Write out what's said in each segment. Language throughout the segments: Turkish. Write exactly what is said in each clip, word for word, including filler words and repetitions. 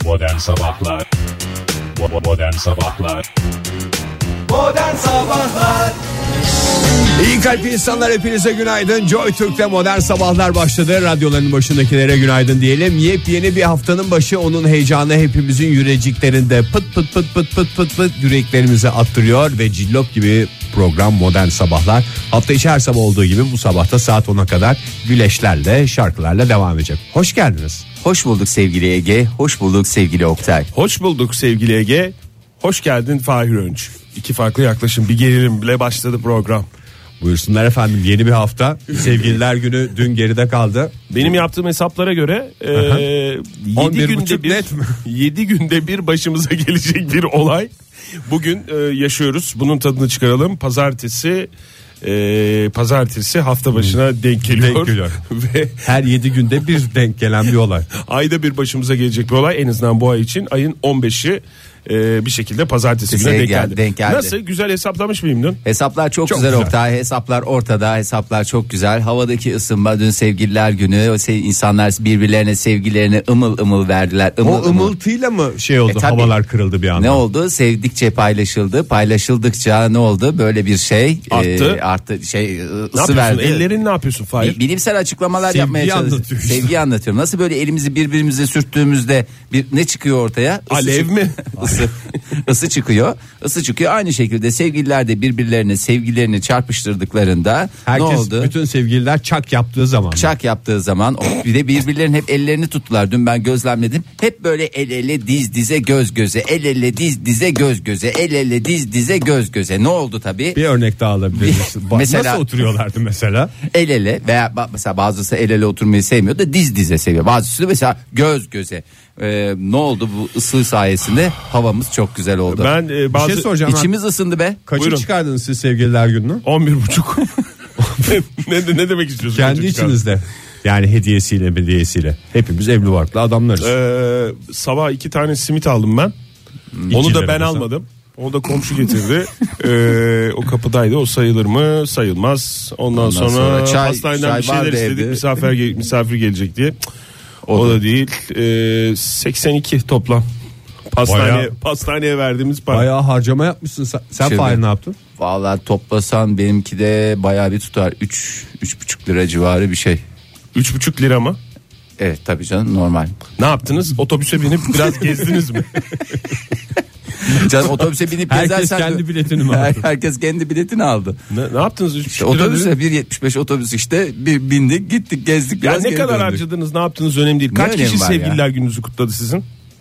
Modern Sabahlar Modern Sabahlar Modern Sabahlar İyi kalp insanlar, hepinize günaydın. Joy Türk'te Modern Sabahlar başladı. Radyoların başındakilere günaydın diyelim. Yepyeni bir haftanın başı, onun heyecanı hepimizin yüreciklerinde pıt pıt pıt pıt pıt pıt pıt yüreklerimizi attırıyor ve cillop gibi program Modern Sabahlar. Hafta içi her sabah olduğu gibi bu sabahta saat ona kadar güleşlerle, şarkılarla devam edecek. Hoş geldiniz. Hoş bulduk sevgili Ege, hoş bulduk sevgili Oktay. Hoş bulduk sevgili Ege, hoş geldin Fahir Önç. İki farklı yaklaşım, bir gerilim bile başladı program. Buyursunlar efendim, yeni bir hafta. Sevgililer günü dün geride kaldı. Benim yaptığım hesaplara göre e, yedi günde bir yedi günde bir başımıza gelecek bir olay. Bugün e, yaşıyoruz. Bunun tadını çıkaralım. Pazartesi e, pazartesi hafta başına hmm. denk geliyor. Denk geliyor. Ve her yedi günde bir denk gelen bir olay. Ayda bir başımıza gelecek bir olay. En azından bu ay için ayın on beşi Ee, bir şekilde pazartesi gününe denk geldi. denk geldi. Nasıl, güzel hesaplamış mıyım dün? Hesaplar çok, çok güzel, güzel Oktay. Hesaplar ortada, hesaplar çok güzel. Havadaki ısınma, dün sevgililer günü, insanlar birbirlerine sevgilerini ımıl ımıl verdiler. Imıl o ımıltıyla ımıl. mı şey oldu, e, havalar kırıldı bir anda? Ne oldu? Sevdikçe paylaşıldı. Paylaşıldıkça ne oldu? Böyle bir şey arttı. E, arttı şey ısı verdi. Ellerin ne yapıyorsun Fahir? Bilimsel açıklamalar Sevgi yapmaya çalışıyorum. Sevgi anlatıyorum. Nasıl böyle elimizi birbirimize sürttüğümüzde bir ne çıkıyor ortaya? Alev mi? Isı, ısı çıkıyor. Isı çıkıyor. Aynı şekilde sevgililer de birbirlerine sevgilerini çarpıştırdıklarında herkes, ne oldu? Bütün sevgililer çak yaptığı zaman. Çak yaptığı zaman bir de birbirlerinin hep ellerini tuttular. Dün ben gözlemledim. Hep böyle el ele diz dize göz göze. El ele diz dize göz göze. El ele diz dize göz göze. Ne oldu tabii? Bir örnek daha alabiliriz. Mesela, nasıl oturuyorlardı mesela? El ele veya mesela bazısı el ele oturmayı sevmiyor da diz dize seviyor. Bazısı mesela göz göze. Ee, ne oldu bu ısı sayesinde? Havamız çok güzel oldu. Ben e, bazı... bir şey soracağım. İçimiz ben... ısındı be. Kaçı çıkardınız siz sevgililer gününü? on bir buçuk ne, ne demek istiyorsun? Kendi içinizde. Yani hediyesiyle hediyesiyle. Hepimiz evli barklı adamlarız. Ee, sabah iki tane simit aldım ben. Hmm. Onu da ben mesela almadım. Onu da komşu getirdi. ee, o kapıdaydı. O sayılır mı? Sayılmaz. Ondan, Ondan sonra, sonra çay, hastaneden çay bir şeyler istedik. Evde. Misafir, misafir gelecek diye. O, o da, da değil. Ee, seksen iki toplam. Pastane, bayağı, pastaneye verdiğimiz para. Bayağı harcama yapmışsın. Sen, sen Fahir ne yaptın? Vallahi toplasan benimki de bayağı bir tutar. üç üç buçuk lira civarı bir şey. üç buçuk lira mı? Evet tabii canım, normal. Ne yaptınız? Otobüse binip biraz gezdiniz mi? Canım otobüse binip herkes gezersen kendi biletini mi aldı? Herkes kendi biletini aldı. Ne, ne yaptınız? İşte otobüse bir yetmiş beş otobüs işte bir bindik gittik gezdik. Ya ne kadar döndük. Harcadınız, ne yaptınız önemli değil. Kaç kişi sevgililer ya? Gününüzü kutladı sizin?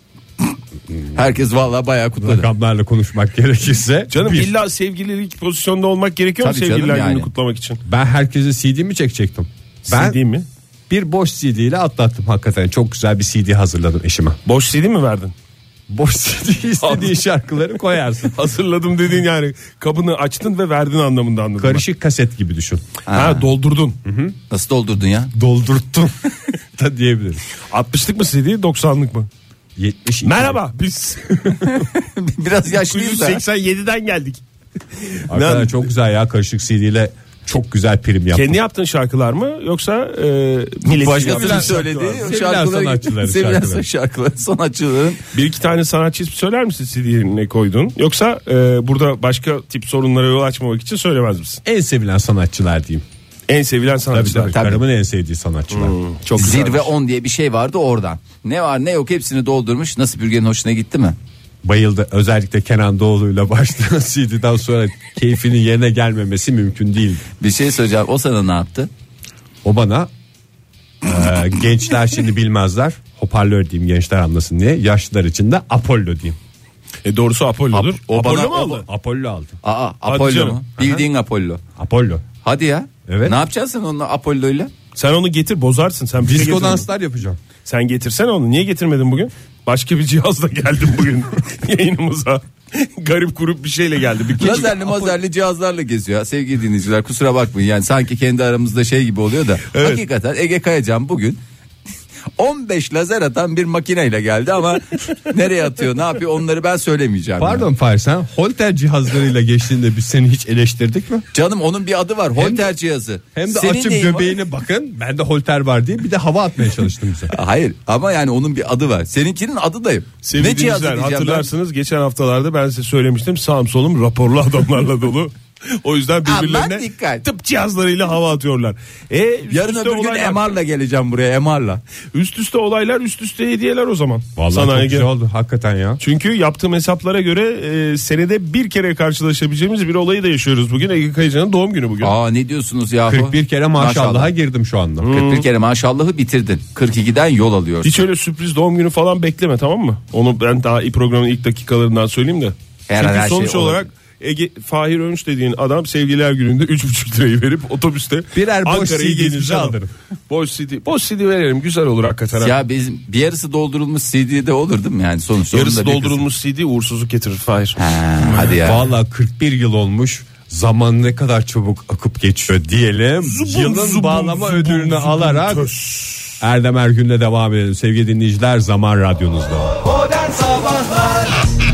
Herkes vallahi bayağı kutladı. Rakamlarla konuşmak gerekirse. Canım bir. illa sevgililik pozisyonda olmak gerekiyor Tabii mu sevgililer yani. Gününü kutlamak için? Ben herkese C D mi çekecektim? Ben C D mi? Bir boş C D ile atlattım hakikaten. Çok güzel bir C D hazırladım eşime. Boş C D mi verdin? Boş C D istediğin şarkıları koyarsın. Hazırladım dediğin yani kabını açtın ve verdin anlamında anladım. Karışık ben. Kaset gibi düşün. Ha, ha doldurdun. Hı-hı. Nasıl doldurdun ya? Doldurttum da diyebiliriz. altmışlık mı C D, doksanlık mı? yetmiş iki. Merhaba biz. Biraz yaşlıyız da. dokuz yüz seksen yediden geldik. Arkadaşlar çok güzel ya, karışık C D ile çok güzel prim yaptım. Kendi yaptığın şarkılar mı yoksa e, başkasının söylediği şarkıları, sevilen şarkılar, sanatçıların. Bir iki tane sanatçı ismi söyler misin C D'ne koydun? Yoksa e, burada başka tip sorunlara yol açmamak için söylemez misin? En sevilen sanatçılar diyeyim. En sevilen sanatçılar. Tabii, tabii. Karımın en sevdiği sanatçılar. Hmm, çok Zirve on diye bir şey vardı oradan. Ne var ne yok hepsini doldurmuş. Nasıl, Bürgen'in hoşuna gitti mi? Bayıldı. Özellikle Kenan Doğulu'yla başlayan C D'den sonra keyfinin yerine gelmemesi mümkün değil. Bir şey söyleyeceğim. O sana ne yaptı? O bana e, gençler şimdi bilmezler. Hoparlör diyeyim gençler anlasın diye. Yaşlılar için de Apollo diyeyim. E doğrusu Apollo'dur. Ap- o Apollo bana, mu aldı? O, Apollo aldı. Aa, Apollo mu? Bildiğin Aha. Apollo. Apollo. Hadi ya. Evet. Ne yapacaksın onunla, Apollo'yla? Sen onu getir, bozarsın. Sen disco danslar yapacağım. Sen getirsene onu. Niye getirmedin bugün? Başka bir cihazla geldim bugün yayınımıza. Garip grup bir şeyle geldi. Bir lazerli mazerli cihazlarla geziyor sevgili dinleyiciler, kusura bakmayın yani sanki kendi aramızda şey gibi oluyor da evet. Hakikaten Ege Kayacan bugün on beş lazer atan bir makineyle geldi ama nereye atıyor, ne yapıyor onları ben söylemeyeceğim. Pardon yani. Fahir, sen Holter cihazlarıyla geçtiğinde biz seni hiç eleştirdik mi? Canım onun bir adı var, Holter hem, cihazı. Hem de Senin açıp göbeğine var? Bakın bende Holter var diye bir de hava atmaya çalıştım bize. Hayır ama yani onun bir adı var. Seninkinin adı da yok. Ne cihazı hatırlarsınız ben? Geçen haftalarda ben size söylemiştim, sağım solum raporlu adamlarla dolu. O yüzden birbirlerine tıp cihazlarıyla hava atıyorlar. E, Yarın öbür gün M R'la geleceğim buraya, M R'la. Üst üste olaylar, üst üste hediyeler o zaman. Vallahi sana çok güzel oldu hakikaten ya. Çünkü yaptığım hesaplara göre e, senede bir kere karşılaşabileceğimiz bir olayı da yaşıyoruz bugün. Ege Kayacan'ın doğum günü bugün. Aa ne diyorsunuz ya? kırk bir kere maşallah'a maşallah. girdim şu anda. Hmm. kırk bir kere maşallahı bitirdin. kırk ikiden yol alıyorsun. Hiç öyle sürpriz doğum günü falan bekleme, tamam mı? Onu ben daha programın ilk dakikalarından söyleyeyim de. Her Çünkü her sonuç şey olarak Ege, Fahir Önç dediğin adam sevgililer gününde üç buçuk lirayı verip otobüste birer boş Ankara'yı C gezmiş alırım. Boş C D. Boş C D verelim, güzel olur hakikaten. Ya bizim bir yarısı doldurulmuş C D'de olur değil mi yani sonuçta? Yarısı doldurulmuş C D uğursuzluk getirir Fahir. Ha, hadi ya. Vallahi kırk bir yıl olmuş. Zaman ne kadar çabuk akıp geçiyor diyelim. Zubun, Yılın zubun, bağlama zubun, ödülünü zubun, alarak töz. Erdem Ergün'le devam edelim. Sevgili dinleyiciler, Zaman Radyonuzda. Modern Sabahlar.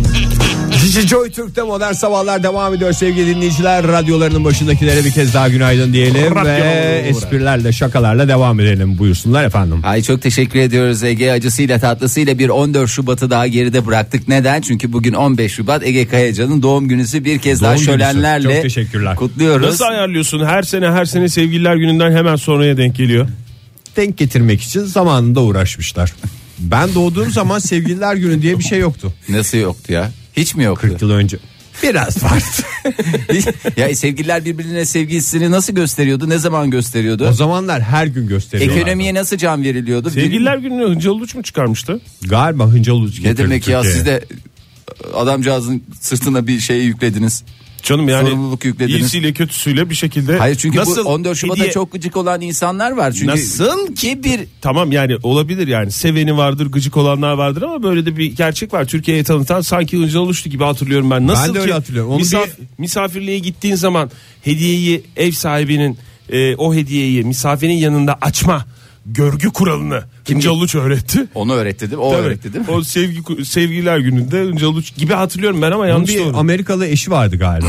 Joy Türk'te Modern Sabahlar devam ediyor sevgili dinleyiciler. Radyolarının başındakilere bir kez daha günaydın diyelim Radyo. Ve esprilerle şakalarla devam edelim, buyursunlar efendim. Ay çok teşekkür ediyoruz. Ege acısıyla tatlısıyla bir on dört Şubat'ı daha geride bıraktık. Neden? Çünkü bugün on beş Şubat, Ege Kayacan'ın doğum günüsü. Bir kez doğum daha şölenlerle çok teşekkürler. Kutluyoruz. Nasıl ayarlıyorsun? Her sene her sene sevgililer gününden hemen sonraya denk geliyor. Denk getirmek için zamanında uğraşmışlar. Ben doğduğum zaman sevgililer günü diye bir şey yoktu. Nasıl yoktu ya? Hiç mi yoktu? kırk yıl önce. Biraz vardı. Ya sevgililer birbirine sevgilisini nasıl gösteriyordu? Ne zaman gösteriyordu? O zamanlar her gün gösteriyorlardı. Ekonomiye nasıl can veriliyordu? Sevgililer gününe Hıncal Uluç mu çıkarmıştı? Galiba Hıncal Uluç getirdi. Ne demek ya, Türkiye'ye. siz de adamcağızın sırtına bir şey yüklediniz. Canım yani sorumluluk yüklediniz. İyisiyle kötüsüyle bir şekilde. Hayır çünkü nasıl bu on dört Şubat'ta hediye... çok gıcık olan insanlar var. Çünkü nasıl ki bir tamam yani olabilir yani, seveni vardır, gıcık olanlar vardır ama böyle de bir gerçek var. Türkiye'ye tanıtan sanki Hıncal Uluç'tu gibi hatırlıyorum ben. Nasıl ben de öyle hatırlıyorum. Onu misaf- bir... misafirliğe gittiğin zaman hediyeyi, ev sahibinin e, o hediyeyi misafirin yanında açma görgü kuralını Hıncal Uluç öğretti. Onu öğretti değil mi? O Tabii. öğretti değil mi? O sevgi sevgililer gününde Hıncal Uluç gibi hatırlıyorum ben ama yanlış bir doğru. Amerikalı eşi vardı galiba.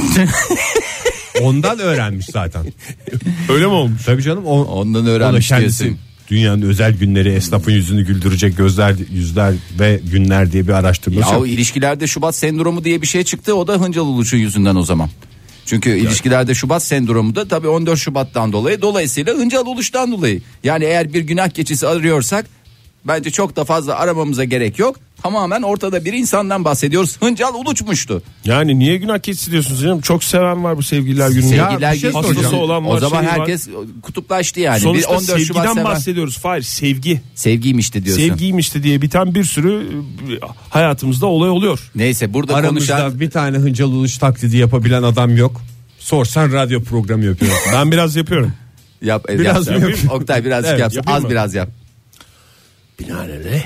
Ondan öğrenmiş zaten. Öyle mi olmuş? Tabii canım. O, Ondan öğrenmiş kendisi diyorsun. Dünyanın özel günleri, esnafın yüzünü güldürecek gözler, yüzler ve günler diye bir araştırması. Ya o ilişkilerde Şubat sendromu diye bir şey çıktı. O da Hıncal Uluç'un yüzünden o zaman. Çünkü yani. ilişkilerde Şubat sendromu da tabii on dört Şubat'tan dolayı, dolayısıyla Hıncal Uluç'tan dolayı. Yani eğer bir günah keçisi arıyorsak bence çok da fazla aramamıza gerek yok. Tamamen ortada bir insandan bahsediyoruz. Hıncal Uluç'muştu. Yani niye günah keçisi diyorsunuz canım? Çok seven var bu sevgililer günü. Sevgililer günü. Şey hastası olan var. O zaman şey herkes var. kutuplaştı yani. Sonuçta bir on dört Şubat sevgiden seven... bahsediyoruz. Hayır, sevgi. Sevgiymişti diyorsun. Sevgiymişti diye biten bir sürü hayatımızda olay oluyor. Neyse burada aramızda konuşan... bir tane Hıncal Uluç taklidi yapabilen adam yok. Sorsan radyo programı yapıyor. Ben biraz yapıyorum. Yap, biraz yap, mı yap. Oktay birazcık evet, yapsın. Az mı? biraz yap. Binaenaleyh.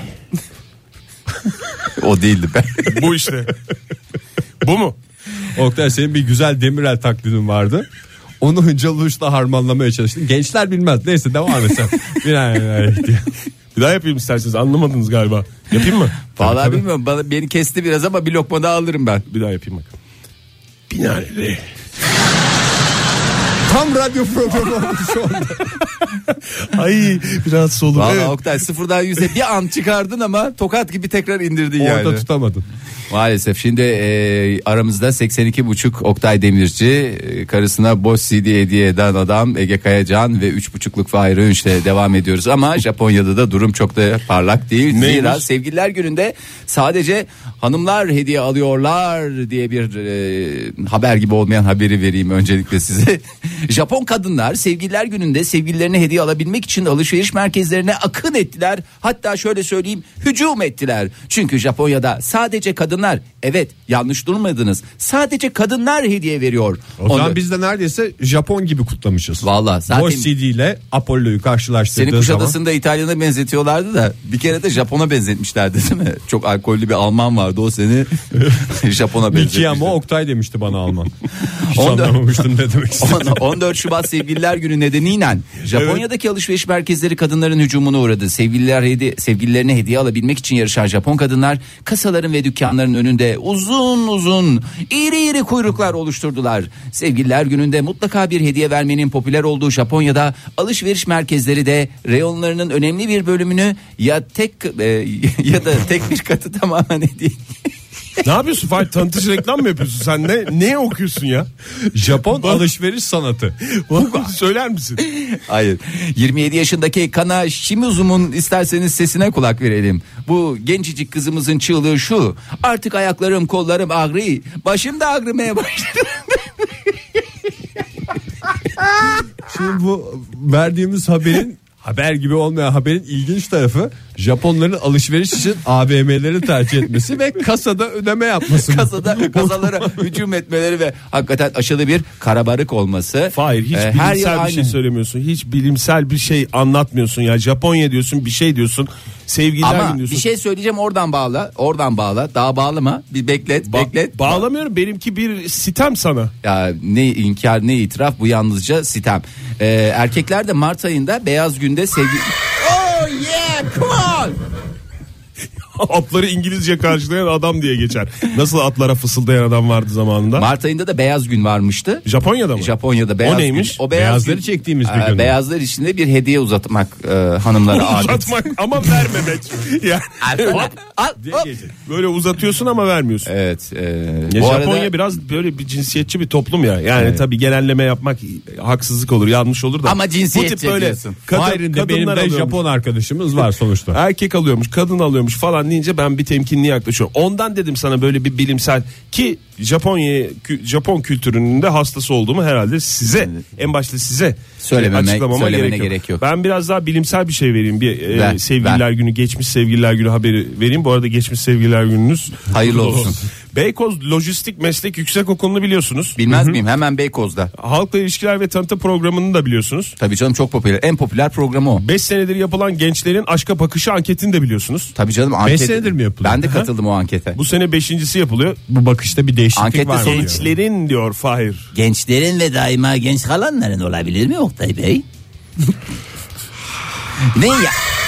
O değildi be. Bu işte. Bu mu? Oktay, senin bir güzel Demirel taklidin vardı. Onu Hıncal Uluç'la harmanlamaya çalıştın. Gençler bilmez. Neyse devam et sen. Bir daha yapayım isterseniz, anlamadınız galiba. Yapayım mı? Vallahi tabii, bilmiyorum. Bana, beni kesti biraz ama bir lokma daha alırım ben. Bir daha yapayım bak. Binaenaleyh. Tam radyo programı oldu şu anda. Ay biraz solum. Vallahi Evet. Oktay sıfırdan yüze bir an çıkardın ama tokat gibi tekrar indirdin yani. Orada tutamadın. Maalesef şimdi e, aramızda seksen iki buçuk Oktay Demirci, e, karısına boş C D hediye eden adam Ege Kayacan ve üç buçukluk Fahir Öğünç'le devam ediyoruz. Ama Japonya'da da durum çok da parlak değil. Neymiş? Zira sevgililer gününde sadece hanımlar hediye alıyorlar diye bir e, haber gibi olmayan haberi vereyim öncelikle size. Japon kadınlar sevgililer gününde sevgililerine hediye alabilmek için alışveriş merkezlerine akın ettiler. Hatta şöyle söyleyeyim, hücum ettiler. Çünkü Japonya'da sadece kadınlar kadınlar. Evet, yanlış durmadınız. Sadece kadınlar hediye veriyor. O zaman Onda... biz de neredeyse Japon gibi kutlamışız. Vallahi zaten Boş C D ile Apollo'yu karşılaştırdığı seni Kuşadası'nda zaman... İtalyan'a benzetiyorlardı da bir kere de Japon'a benzetmişlerdi değil mi? Çok alkollü bir Alman vardı, o seni Japon'a benzetmişti. Miki ama Oktay demişti bana Alman. Hiç on dört anlamamıştım ne demek istediğini. on dört Şubat Sevgililer Günü nedeniyle Japonya'daki evet. alışveriş merkezleri kadınların hücumuna uğradı. Sevgililer hediye, sevgililerine hediye alabilmek için yarışan Japon kadınlar kasaların ve dükkanların önünde uzun uzun iri iri kuyruklar oluşturdular. Sevgililer Günü'nde mutlaka bir hediye vermenin popüler olduğu Japonya'da alışveriş merkezleri de reyonlarının önemli bir bölümünü ya tek e, ya da tek bir katı tamamen hediye. Ne yapıyorsun Fahir? Tanıtıcı reklam mı yapıyorsun sen? Ne ne okuyorsun ya? Japon alışveriş sanatı. Söyler misin? Hayır. yirmi yedi yaşındaki Kana Shimizu'nun isterseniz sesine kulak verelim. Bu gencecik kızımızın çığlığı şu: artık ayaklarım kollarım ağrıyor, başım da ağrımaya başladı. Şimdi bu verdiğimiz haberin haber gibi olmayan haberin ilginç tarafı Japonların alışveriş için A V M'leri tercih etmesi ve kasada ödeme yapması. Kasada kasalara hücum etmeleri ve hakikaten aşırı bir karabarık olması. Hayır, hiç ee, bilimsel her bir şey söylemiyorsun. Hiç bilimsel bir şey anlatmıyorsun ya. Japonya diyorsun, bir şey diyorsun. Sevgililer Ama Günü diyorsun. bir şey söyleyeceğim, oradan bağla. Oradan bağla. Daha bağlama. Bir beklet, ba- beklet. Bağlamıyorum. Benimki bir sitem sana. Ya ne inkar ne itiraf, bu yalnızca sitem. Ee, erkekler de Mart ayında beyaz günde sevgi... Oh yeah, come on. Atları İngilizce karşılayan adam diye geçer. Nasıl atlara fısıldayan adam vardı zamanında? Mart ayında da beyaz gün varmıştı. Japonya'da mı? Japonya'da beyaz o neymiş? gün. O beyaz Beyazları gün, çektiğimiz bir e, gün. Beyazlar içinde bir hediye uzatmak e, hanımlara adet. Uzatmak ama vermemek. Yani, Al, al, hop. böyle uzatıyorsun ama vermiyorsun. Evet. E, Ya bu Japonya arada, biraz böyle bir cinsiyetçi bir toplum ya. Yani evet. tabii genelleme yapmak haksızlık olur, yanlış olur da. Ama cinsiyetçi bu tip böyle diyorsun. kadın, Hayır, benim de alıyormuş. Japon arkadaşımız var sonuçta. Erkek alıyormuş, kadın alıyormuş falan deyince ben bir temkinli yaklaşıyorum. Ondan dedim sana böyle bir bilimsel, ki Japonya Japon kültürünün de hastası olduğumu herhalde size, en başta size Söylememe, açıklamama söylemene gerek yok. gerek yok. Ben biraz daha bilimsel bir şey vereyim. Bir ver, e, sevgililer ver. günü, geçmiş sevgililer günü haberi vereyim. Bu arada geçmiş sevgililer gününüz hayırlı olsun. Beykoz Lojistik Meslek Yüksekokulu'nu biliyorsunuz. Bilmez miyim? Hemen Beykoz'da. Halkla İlişkiler ve Tanıtım Programı'nı da biliyorsunuz. Tabii canım, çok popüler. En popüler programı o. beş senedir yapılan gençlerin aşka bakışı anketini de biliyorsunuz. Tabii canım. Anket... beş senedir mi yapılıyor? Ben de katıldım o ankete. Bu sene beşincisi yapılıyor. Bu bakışta bir değişiklik Ankette var mı? sonuç- Gençlerin diyor Fahir. Gençlerin ve daima genç kalanların olabilir mi Oktay Bey? Ne ya?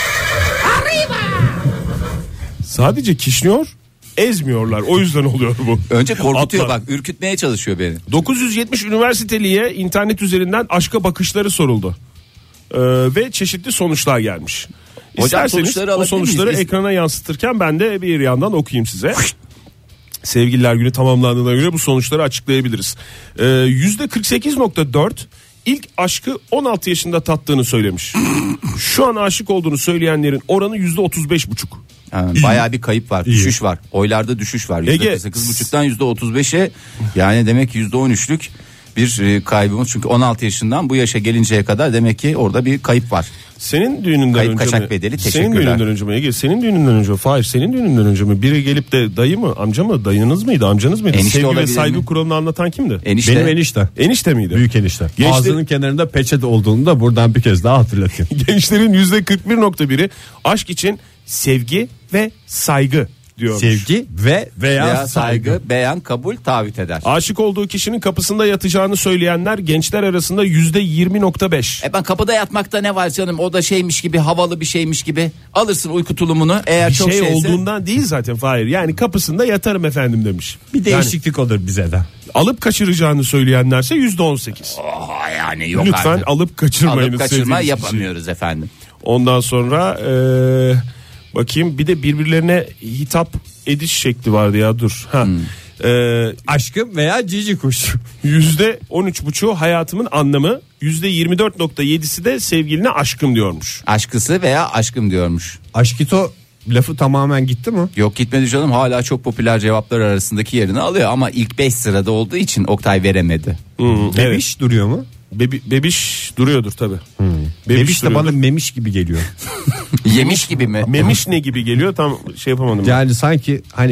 Sadece kişniyor, ezmiyorlar. O yüzden oluyor bu. Önce korkutuyor, Atlar. bak, ürkütmeye çalışıyor beni. dokuz yüz yetmiş üniversiteliye internet üzerinden aşka bakışları soruldu. Ee, ve çeşitli sonuçlar gelmiş. Hocam, İsterseniz sonuçları o alabilir sonuçları miyiz? ekrana yansıtırken ben de bir yandan okuyayım size. Sevgililer Günü tamamlandığına göre bu sonuçları açıklayabiliriz. Ee, yüzde kırk sekiz nokta dört ilk aşkı on altı yaşında tattığını söylemiş. Şu an aşık olduğunu söyleyenlerin oranı yüzde otuz beş buçuk. Yani bayağı bir kayıp var, düşüş var. Oylarda düşüş var. yüzde kırk sekiz buçuktan yüzde otuz beşe, yani demek ki yüzde on üçlük bir kaybımız. Çünkü on altı yaşından bu yaşa gelinceye kadar demek ki orada bir kayıp var. Senin düğününden Kayıp önce kaçak mi? bedeli, Senin teşekkürler. düğününden önce mi? Ege, senin düğününden önce mi? Hayır, senin düğününden önce mi? Biri gelip de dayı mı, amca mı, dayınız mıydı, amcanız mıydı? Enişte Sevgi ve olabilir saygı mi? kuralını anlatan kimdi? Enişte. Benim enişte. Enişte miydi? Büyük enişte. Gençler- Ağzının kenarında peçete olduğunu da buradan bir kez daha hatırlatayım. Gençlerin yüzde kırk bir nokta biri aşk için sevgi ve saygı diyormuş. Sevgi ve veya, Veya saygı. saygı, beğen, kabul, taahhüt eder. Aşık olduğu kişinin kapısında yatacağını söyleyenler gençler arasında yüzde yirmi nokta beş. E ben kapıda yatmakta ne var canım, o da şeymiş gibi, havalı bir şeymiş gibi. Alırsın uyku tulumunu eğer Bir çok şey şeyse. olduğundan değil zaten Fahir. Yani kapısında yatarım efendim demiş. Bir değişiklik olur bize de. Alıp kaçıracağını söyleyenlerse yüzde on sekiz. Oha, yani yok Lütfen artık. alıp kaçırmayın. Alıp kaçırma sevdiğiniz kişiyi. yapamıyoruz efendim. Ondan sonra eee, bakayım, bir de birbirlerine hitap ediş şekli vardı ya, dur. Ha. Hmm. Eee, Aşkım veya cici kuş. yüzde on üç buçuğu hayatımın anlamı, yüzde yirmi dört nokta yedisi de sevgiline aşkım diyormuş. Aşkısı veya aşkım diyormuş. Aşkito lafı tamamen gitti mi? Yok, gitmedi canım, hala çok popüler cevaplar arasındaki yerini alıyor ama ilk beş sırada olduğu için Oktay veremedi. Hmm, evet. Bebiş duruyor mu? Bebi, bebiş duruyordur tabi. Bebiş, de bana memiş gibi geliyor. Yemiş gibi mi? Memiş ne gibi geliyor tam şey yapamadım. Yani sanki hani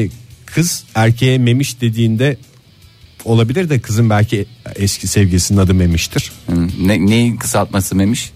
kız erkeğe memiş dediğinde olabilir de kızın belki eski sevgilisinin adı Memiş'tir. Hı, ne, neyin kısaltması Memiş?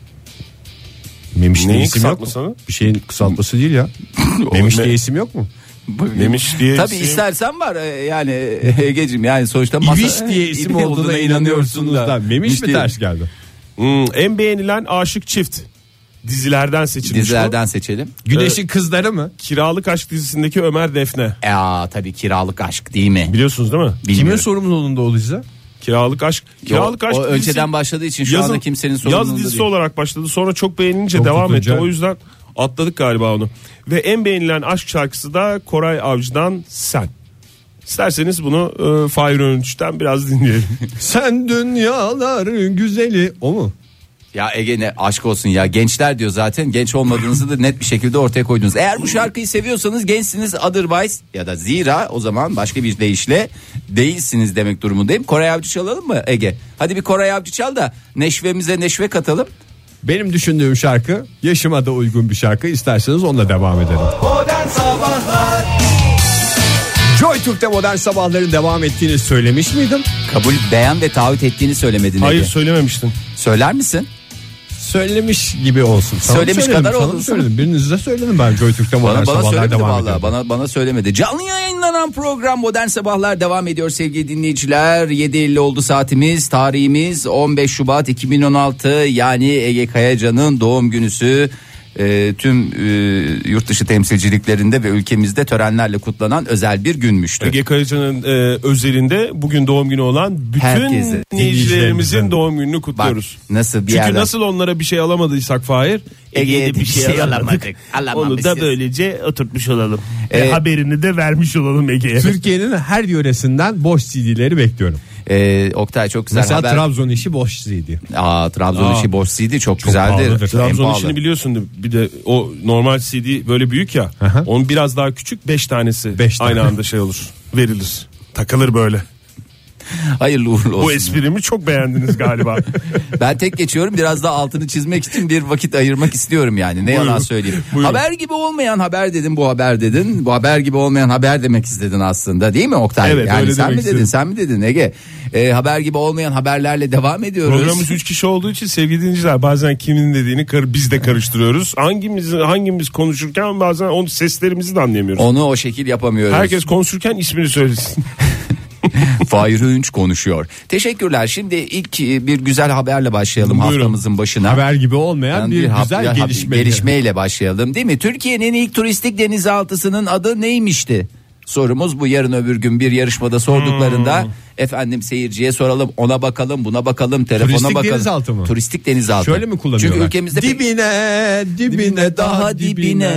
Memiş diye Neyin isim yok kısaltması? mu? Bir şeyin kısaltması değil ya. Memiş diye isim yok mu? Memiş diye Tabii isim- istersen var e, yani Ege'cim yani sonuçta masa, İbiş diye isim İbiş olduğuna inanıyorsunuz da. Memiş mi değil. ters geldi? Hmm, en beğenilen aşık çift dizilerden seçilmiş. Dizilerden bu. seçelim. Güneşin kızları mı? Kiralık Aşk dizisindeki Ömer Defne. Aa tabii Kiralık Aşk değil mi? Biliyorsunuz değil mi? Kimin Bilmiyorum. sorumluluğunda o dizi? Kiralık Aşk. Kiralık o, Aşk o dizisi önceden başladığı için şu yazın- anda kimsenin sorumluluğunda Yaz dizisi değil. olarak başladı. Sonra çok beğenilince Çok devam tutunca. etti. O yüzden atladık galiba onu. Ve en beğenilen aşk şarkısı da Koray Avcı'dan Sen. İsterseniz bunu e, Fahir Öğünç'ten biraz dinleyelim. Sen dünyaların güzeli. O mu? Ya Ege ne aşk olsun ya, gençler diyor zaten, genç olmadığınızı da net bir şekilde ortaya koydunuz. Eğer bu şarkıyı seviyorsanız gençsiniz, otherwise ya da zira o zaman başka bir deyişle değilsiniz demek durumundayım. Koray Avcı çalalım mı Ege? Hadi bir Koray Avcı çal da neşvemize neşve katalım. Benim düşündüğüm şarkı yaşıma da uygun bir şarkı. İsterseniz onunla devam edelim. Modern Sabahlar. Joy Türk'te modern sabahların devam ettiğini söylemiş miydim? Kabul, beğen ve taahhüt ettiğini söylemedin Hayır Ege. söylememiştin. Söyler misin? Söylemiş gibi olsun. Sana Söylemiş söyledim, kadar sana olsun. Söyledim. Birinize de söyledim ben Joy Türk'te modern Bana, bana sabahlar söylemedi devam vallahi. ediyor. Bana, bana söylemedi. Canlı yayınlanan program Modern Sabahlar devam ediyor sevgili dinleyiciler. yedi elli oldu saatimiz. Tarihimiz on beş Şubat iki bin on altı. Yani Ege Kayacan'ın doğum günüsü. E, tüm e, yurt dışı temsilciliklerinde ve ülkemizde törenlerle kutlanan özel bir günmüştü. Ege Kayacan'ın e, özelinde bugün doğum günü olan bütün Herkese, dinleyicilerimizin doğum gününü Bak kutluyoruz. nasıl bir Çünkü yerden... nasıl onlara bir şey alamadıysak Fahir, Ege'ye de bir şey alamadık. onu da böylece oturtmuş olalım. Ee, E, haberini de vermiş olalım Ege'ye. Türkiye'nin her yöresinde boş C D'leri bekliyorum. E, Oktay çok güzel Mesela haber. Trabzon işi boş C D. Aa, Trabzon Aa. işi boş C D çok, Çok güzeldir. pahalıdır. En Trabzon pahalı. işini biliyorsun, bir de o normal C D böyle büyük ya. Hı hı. Onun biraz daha küçük, beş tanesi Beş tane. aynı anda şey olur, verilir. Takılır böyle. Hayırlı uğurlu olsun. Bu esprimi çok beğendiniz galiba. Ben tek geçiyorum, biraz daha altını çizmek için bir vakit ayırmak istiyorum yani. Ne Buyurun. yalan söyleyeyim. Buyurun. Haber gibi olmayan haber dedin, bu haber dedin. Bu haber gibi olmayan haber demek istedin aslında, değil mi Oktay? Evet, yani öyle sen mi demek dedin, istedim. sen mi dedin Ege? Ee, haber gibi olmayan haberlerle devam ediyoruz. Programımız üç kişi olduğu için sevgili dinleyiciler, bazen kimin dediğini kar- biz de karıştırıyoruz. Hangimiz hangimiz konuşurken bazen onun seslerimizi de anlayamıyoruz. Onu o şekil yapamıyoruz. Herkes konuşurken ismini söylesin. Fahir Öğünç konuşuyor. Teşekkürler. Şimdi ilk e, bir güzel haberle başlayalım. Buyurun. Haftamızın başına. Haber gibi olmayan Yani bir hap- güzel ya- hap- gelişme. gelişmeyle başlayalım, değil mi? Türkiye'nin ilk turistik denizaltısının adı neymişti? Sorumuz bu. Yarın öbür gün bir yarışmada sorduklarında Hmm. efendim seyirciye soralım, ona bakalım, buna bakalım, telefona Turistik bakalım. denizaltı mı? Turistik denizaltı. Şöyle mi kullanıyorlar? Çünkü ülkemizde pek- dibine, dibine, daha dibine.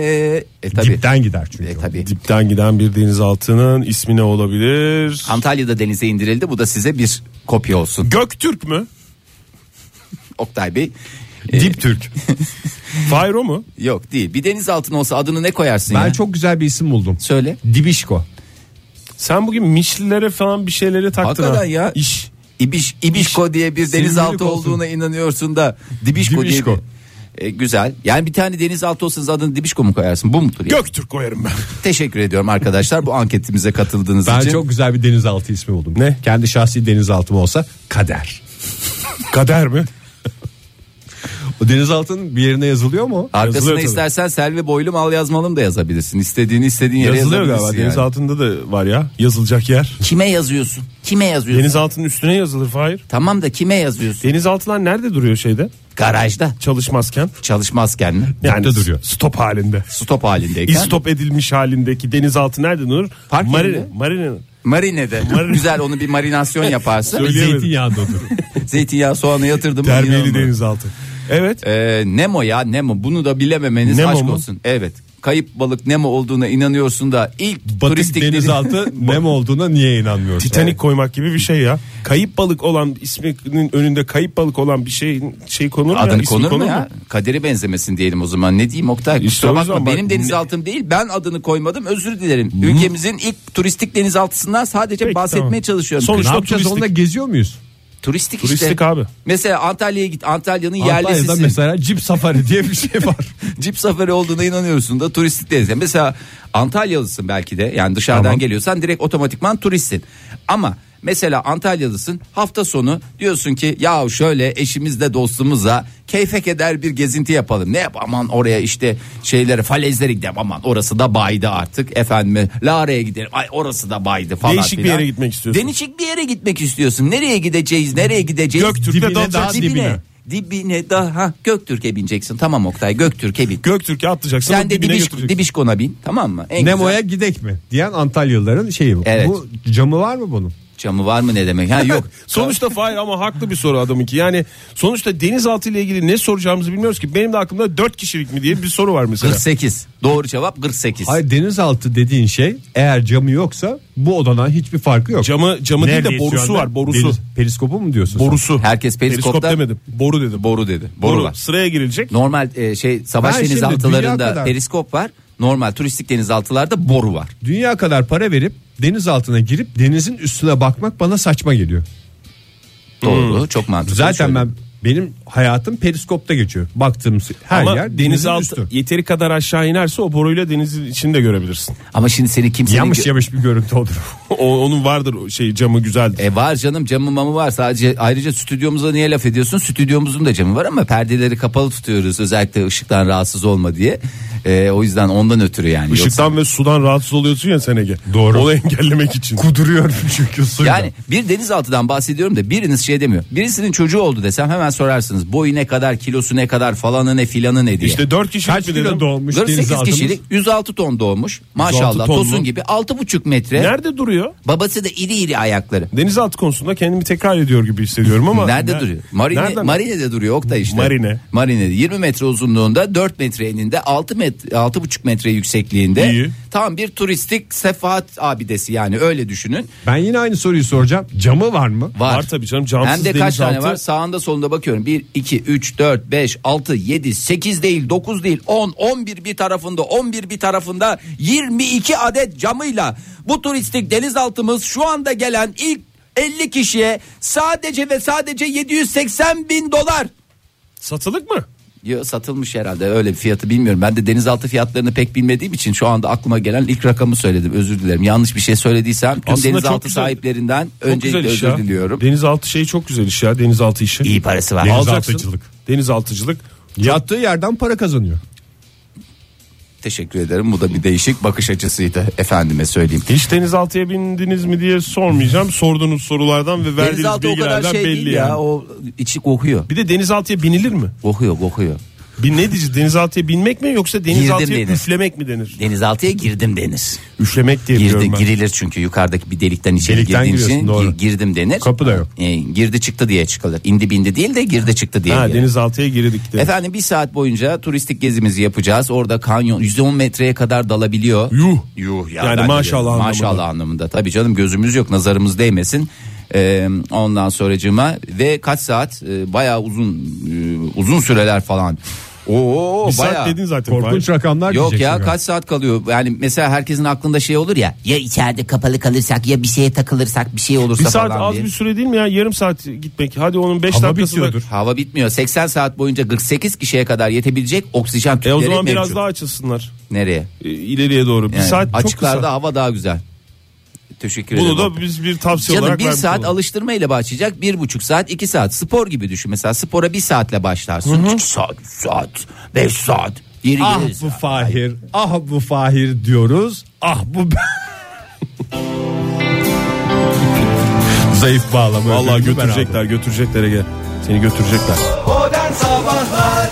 E tabi. Dipten gider çünkü. E tabi. Dipten giden bir denizaltının ismi ne olabilir? Antalya'da denize indirildi. Bu da size bir kopya olsun. Göktürk mü? Oktay Bey. Dip Türk. Fayro mu? Yok değil. Bir denizaltın olsa adını ne koyarsın Ben ya? çok güzel bir isim buldum. Söyle. Dibişko. Sen bugün Mişlilere falan bir şeyleri taktın ha. Hakikaten ya. İş. İbiş, İbişko diye bir Sevimlilik denizaltı olsun. olduğuna inanıyorsun da Dibişko, Dibişko. diye bir... E, güzel. Yani bir tane denizaltı olsanız adını Dibişko mu koyarsın? Bu mudur? Ya? Göktürk koyarım ben. Teşekkür ediyorum arkadaşlar bu anketimize katıldığınız Ben için. çok güzel bir denizaltı ismi buldum. Ne? Kendi şahsi denizaltım olsa Kader. Kader mi? O denizaltının bir yerine yazılıyor mu? Arkasına Yazılıyor tabii. istersen Selvi boylu mal yazmalım da yazabilirsin. İstediğini istediğin yere Yazılıyor yazabilirsin. galiba. yani. Deniz altında da var ya yazılacak yer. Kime yazıyorsun? Kime yazıyorsun? Deniz altının üstüne yazılır Fahir. Tamam da kime yazıyorsun? Denizaltılar nerede duruyor şeyde? Garajda. Çalışmazken. Çalışmazken mi? Yani Dipte duruyor. Stop halinde. Stop halindeyken. İstop edilmiş halindeki denizaltı nerede durur? Park Marine. yerinde. Marine. Marine'de. Güzel, onu bir marinasyon yaparsın. Söyleyemedim. Zeytinyağında oturur. Zeytinyağı soğanı yatırdım. Terbiyeli İnanılmaz. denizaltı. Evet. Ee, Nemo ya Nemo, bunu da bilememeniz Nemo aşk mu? olsun. Evet, kayıp balık Nemo olduğuna inanıyorsun da ilk Batık turistik denizaltı nem olduğuna niye inanmıyorsun? Titanik koymak gibi bir şey ya. Kayıp balık olan, isminin önünde kayıp balık olan bir şeyin şey konur mu? adını ya? İsmi konur mu ya? Kaderi benzemesin diyelim o zaman. Ne diyeyim Oktay? İşte Kusura o bakma, yüzden bak- benim denizaltım değil, ben adını koymadım, özür dilerim. Ülkemizin ilk turistik denizaltısından sadece Peki, bahsetmeye tamam. çalışıyorum. Sonuçta Ne yapacağız turistik. onunla geziyor muyuz? Turistik, Turistik işte. abi. Mesela Antalya'ya git. Antalya'nın Antalya'da yerlisisin. mesela Jeep Safari diye bir şey var. Jeep safari olduğuna inanıyorsun da turistik deriz. Yani mesela Antalyalısın belki de, yani dışarıdan Tamam. geliyorsan direkt otomatikman turistsin. Ama mesela Antalyalısın, hafta sonu diyorsun ki ya şöyle eşimizle dostumuzla keyfe keder bir gezinti yapalım. Ne yap, aman oraya işte şeylere, falezlere gidelim, aman orası da baydı artık efendim, Lara'ya gidelim, ay orası da baydı falan Değişik filan. bir yere gitmek istiyorsun. Değişik bir yere gitmek istiyorsun. Nereye gideceğiz, nereye gideceğiz? Göktürk'te Dibine, dalacaksın. daha dibine. Dibine daha Göktürk'e bineceksin. Tamam Oktay, Göktürk'e bin. Göktürk'e atlayacaksın. Sen de dibine dibiş, götüreceksin. Dibişkon'a bin, tamam mı? En Nemo'ya güzel. gidek mi diyen Antalyalıların şeyi bu. Evet. Bu camı var mı bunun? Camı var mı ne demek? Ha yok. Sonuçta Fahir ama haklı bir soru adamınki. Yani sonuçta denizaltı ile ilgili ne soracağımızı bilmiyoruz ki. Benim de aklımda dört kişilik mi diye bir soru var mesela. kırk sekiz. Doğru cevap kırk sekiz. Hayır, denizaltı dediğin şey eğer camı yoksa bu odadan hiçbir farkı yok. Camı camı değil de Neredeyiz şu borusu anda? var, borusu. Deniz- periskopu mu diyorsun sen? Borusu. Herkes periskopta- Periskop demedim. Boru dedim. Boru dedi. Boru, Boru. var. Sıraya girilecek. Normal e, şey savaş Ben şimdi denizaltılarında dünya kadar- periskop var. Normal turistik denizaltılarda boru var. Dünya kadar para verip denizaltına girip denizin üstüne bakmak bana saçma geliyor. Doğru. Çok mantıklı. Zaten Şöyle. ben benim hayatım periskopta geçiyor. Baktığım her Ama yer denizin denizaltı üstü. yeteri kadar aşağı inerse o boruyla denizin içini de görebilirsin. Ama şimdi seni kimsenin Yamış gö- yamış bir görüntü olur. o, onun vardır o şey camı güzeldir. E var canım, camı mamı var. Sadece ayrıca stüdyomuza niye laf ediyorsun? Stüdyomuzun da camı var ama perdeleri kapalı tutuyoruz. Özellikle ışıktan rahatsız olma diye. E, o yüzden ondan ötürü yani. Işıktan ve sudan rahatsız oluyorsun ya sen Ege. Doğru. Onu engellemek için. Kuduruyorum çünkü suyla. Yani bir denizaltıdan bahsediyorum da biriniz şey demiyor. Birisinin çocuğu oldu desem hemen sorarsınız. Boyu ne kadar, kilosu ne kadar, falanı ne, filanı ne diye. İşte dört kişilik Kaç mi kilo dedim? doğmuş kırk sekiz denizaltımız? kişilik, yüz altı ton doğmuş. Maşallah ton tosun mu? gibi, altı buçuk metre. Nerede duruyor? Babası da iri iri ayakları. Denizaltı konusunda kendimi tekrar ediyor gibi hissediyorum ama. Nerede Ne- duruyor? Marine, Nereden? Marine'de duruyor Oktay işte. Marine. Marine'de yirmi metre uzunluğunda, dört metre eninde, altı metre, altı buçuk metre yüksekliğinde. İyi. Tam bir turistik sefahat abidesi, yani öyle düşünün. Ben yine aynı soruyu soracağım. Camı var mı? Var. Var tabii canım, camsız Hem de kaç denizaltı. tane var? Sağında solunda bakıyorum. bir, iki, üç, dört, beş, altı, yedi, sekiz değil, dokuz değil, on, on bir bir tarafında, on bir bir tarafında yirmi iki adet camıyla bu turistik denizaltımız şu anda gelen ilk elli kişiye sadece ve sadece yedi yüz seksen bin dolar. Satılık mı? Yo, satılmış herhalde, öyle bir fiyatı bilmiyorum. Ben de denizaltı fiyatlarını pek bilmediğim için şu anda aklıma gelen ilk rakamı söyledim. Özür dilerim. Yanlış bir şey söylediysem tüm Aslında çok denizaltı güzel. sahiplerinden Çok öncelikle güzel iş özür ya. diliyorum. Denizaltı şeyi çok güzel iş ya, denizaltı işi. İyi parası var. Alacaksın. Denizaltıcılık. Denizaltıcılık. Yattığı yerden para kazanıyor. Teşekkür ederim. Bu da bir değişik bakış açısıydı, efendime söyleyeyim. Hiç denizaltıya bindiniz mi diye sormayacağım. Sorduğunuz sorulardan ve verdiğiniz Denizaltı o kadar bilgilerden şey belli değil yani. ya. O içi kokuyor. Bir de denizaltıya binilir mi? Kokuyor, kokuyor. Bir ne diyeceğiz? Denizaltıya binmek mi yoksa denizaltıya denir. üflemek mi denir? Denizaltıya girdim denir. Üflemek diye Girdi, biliyorum ben. girilir çünkü yukarıdaki bir delikten içeri Delikten girdiğin için giriyorsun, doğru. gir- girdim denir. Kapı da yok. E, girdi çıktı diye çıkılır. İndi bindi değil de girdi çıktı diye. Ha, gelir. denizaltıya girdik de. Efendim bir saat boyunca turistik gezimizi yapacağız. Orada kanyon yüz on metreye kadar dalabiliyor. Yuh. Yuh ya. Yani ben de maşallah diyorum, anlamında. Maşallah anlamında. Tabii canım, gözümüz yok, nazarımız değmesin. Ee, ondan sonracığıma ve kaç saat e, bayağı uzun e, uzun süreler falan. Oo, Bir bayağı. saat dedin zaten. Korkunç Fahir. rakamlar Yok ya, diyeceksin kaç saat kalıyor? Yani mesela herkesin aklında şey olur ya. Ya içeride kapalı kalırsak, ya bir şeye takılırsak, bir şey olursa Bir saat falan az diye. bir süre değil mi ya? Yarım saat gitmek. Hadi onun beş Hava dakikası da. bitiyordur. Hava bitmiyor. seksen saat boyunca kırk sekiz kişiye kadar yetebilecek oksijen E tüpleri o zaman mevcut. biraz daha açılsınlar. Nereye? E, ileriye doğru. Bir Yani saat çok açıklarda kısa. hava daha güzel. Teşekkür Bunu ederim. da biz bir tavsiye Canım olarak bir vermiş saat olalım. alıştırma ile başlayacak, bir buçuk saat, iki saat, spor gibi düşün. Mesela spora bir saatle başlarsın, iki saat, üç saat, beş saat, geri Ah geliriz. bu Fahir, ah bu Fahir diyoruz. Ah bu zayıf bağlama. Vallahi ödülünü ben götürecekler, aldım. götürecekler Ege. Seni götürecekler. Modern Sabahlar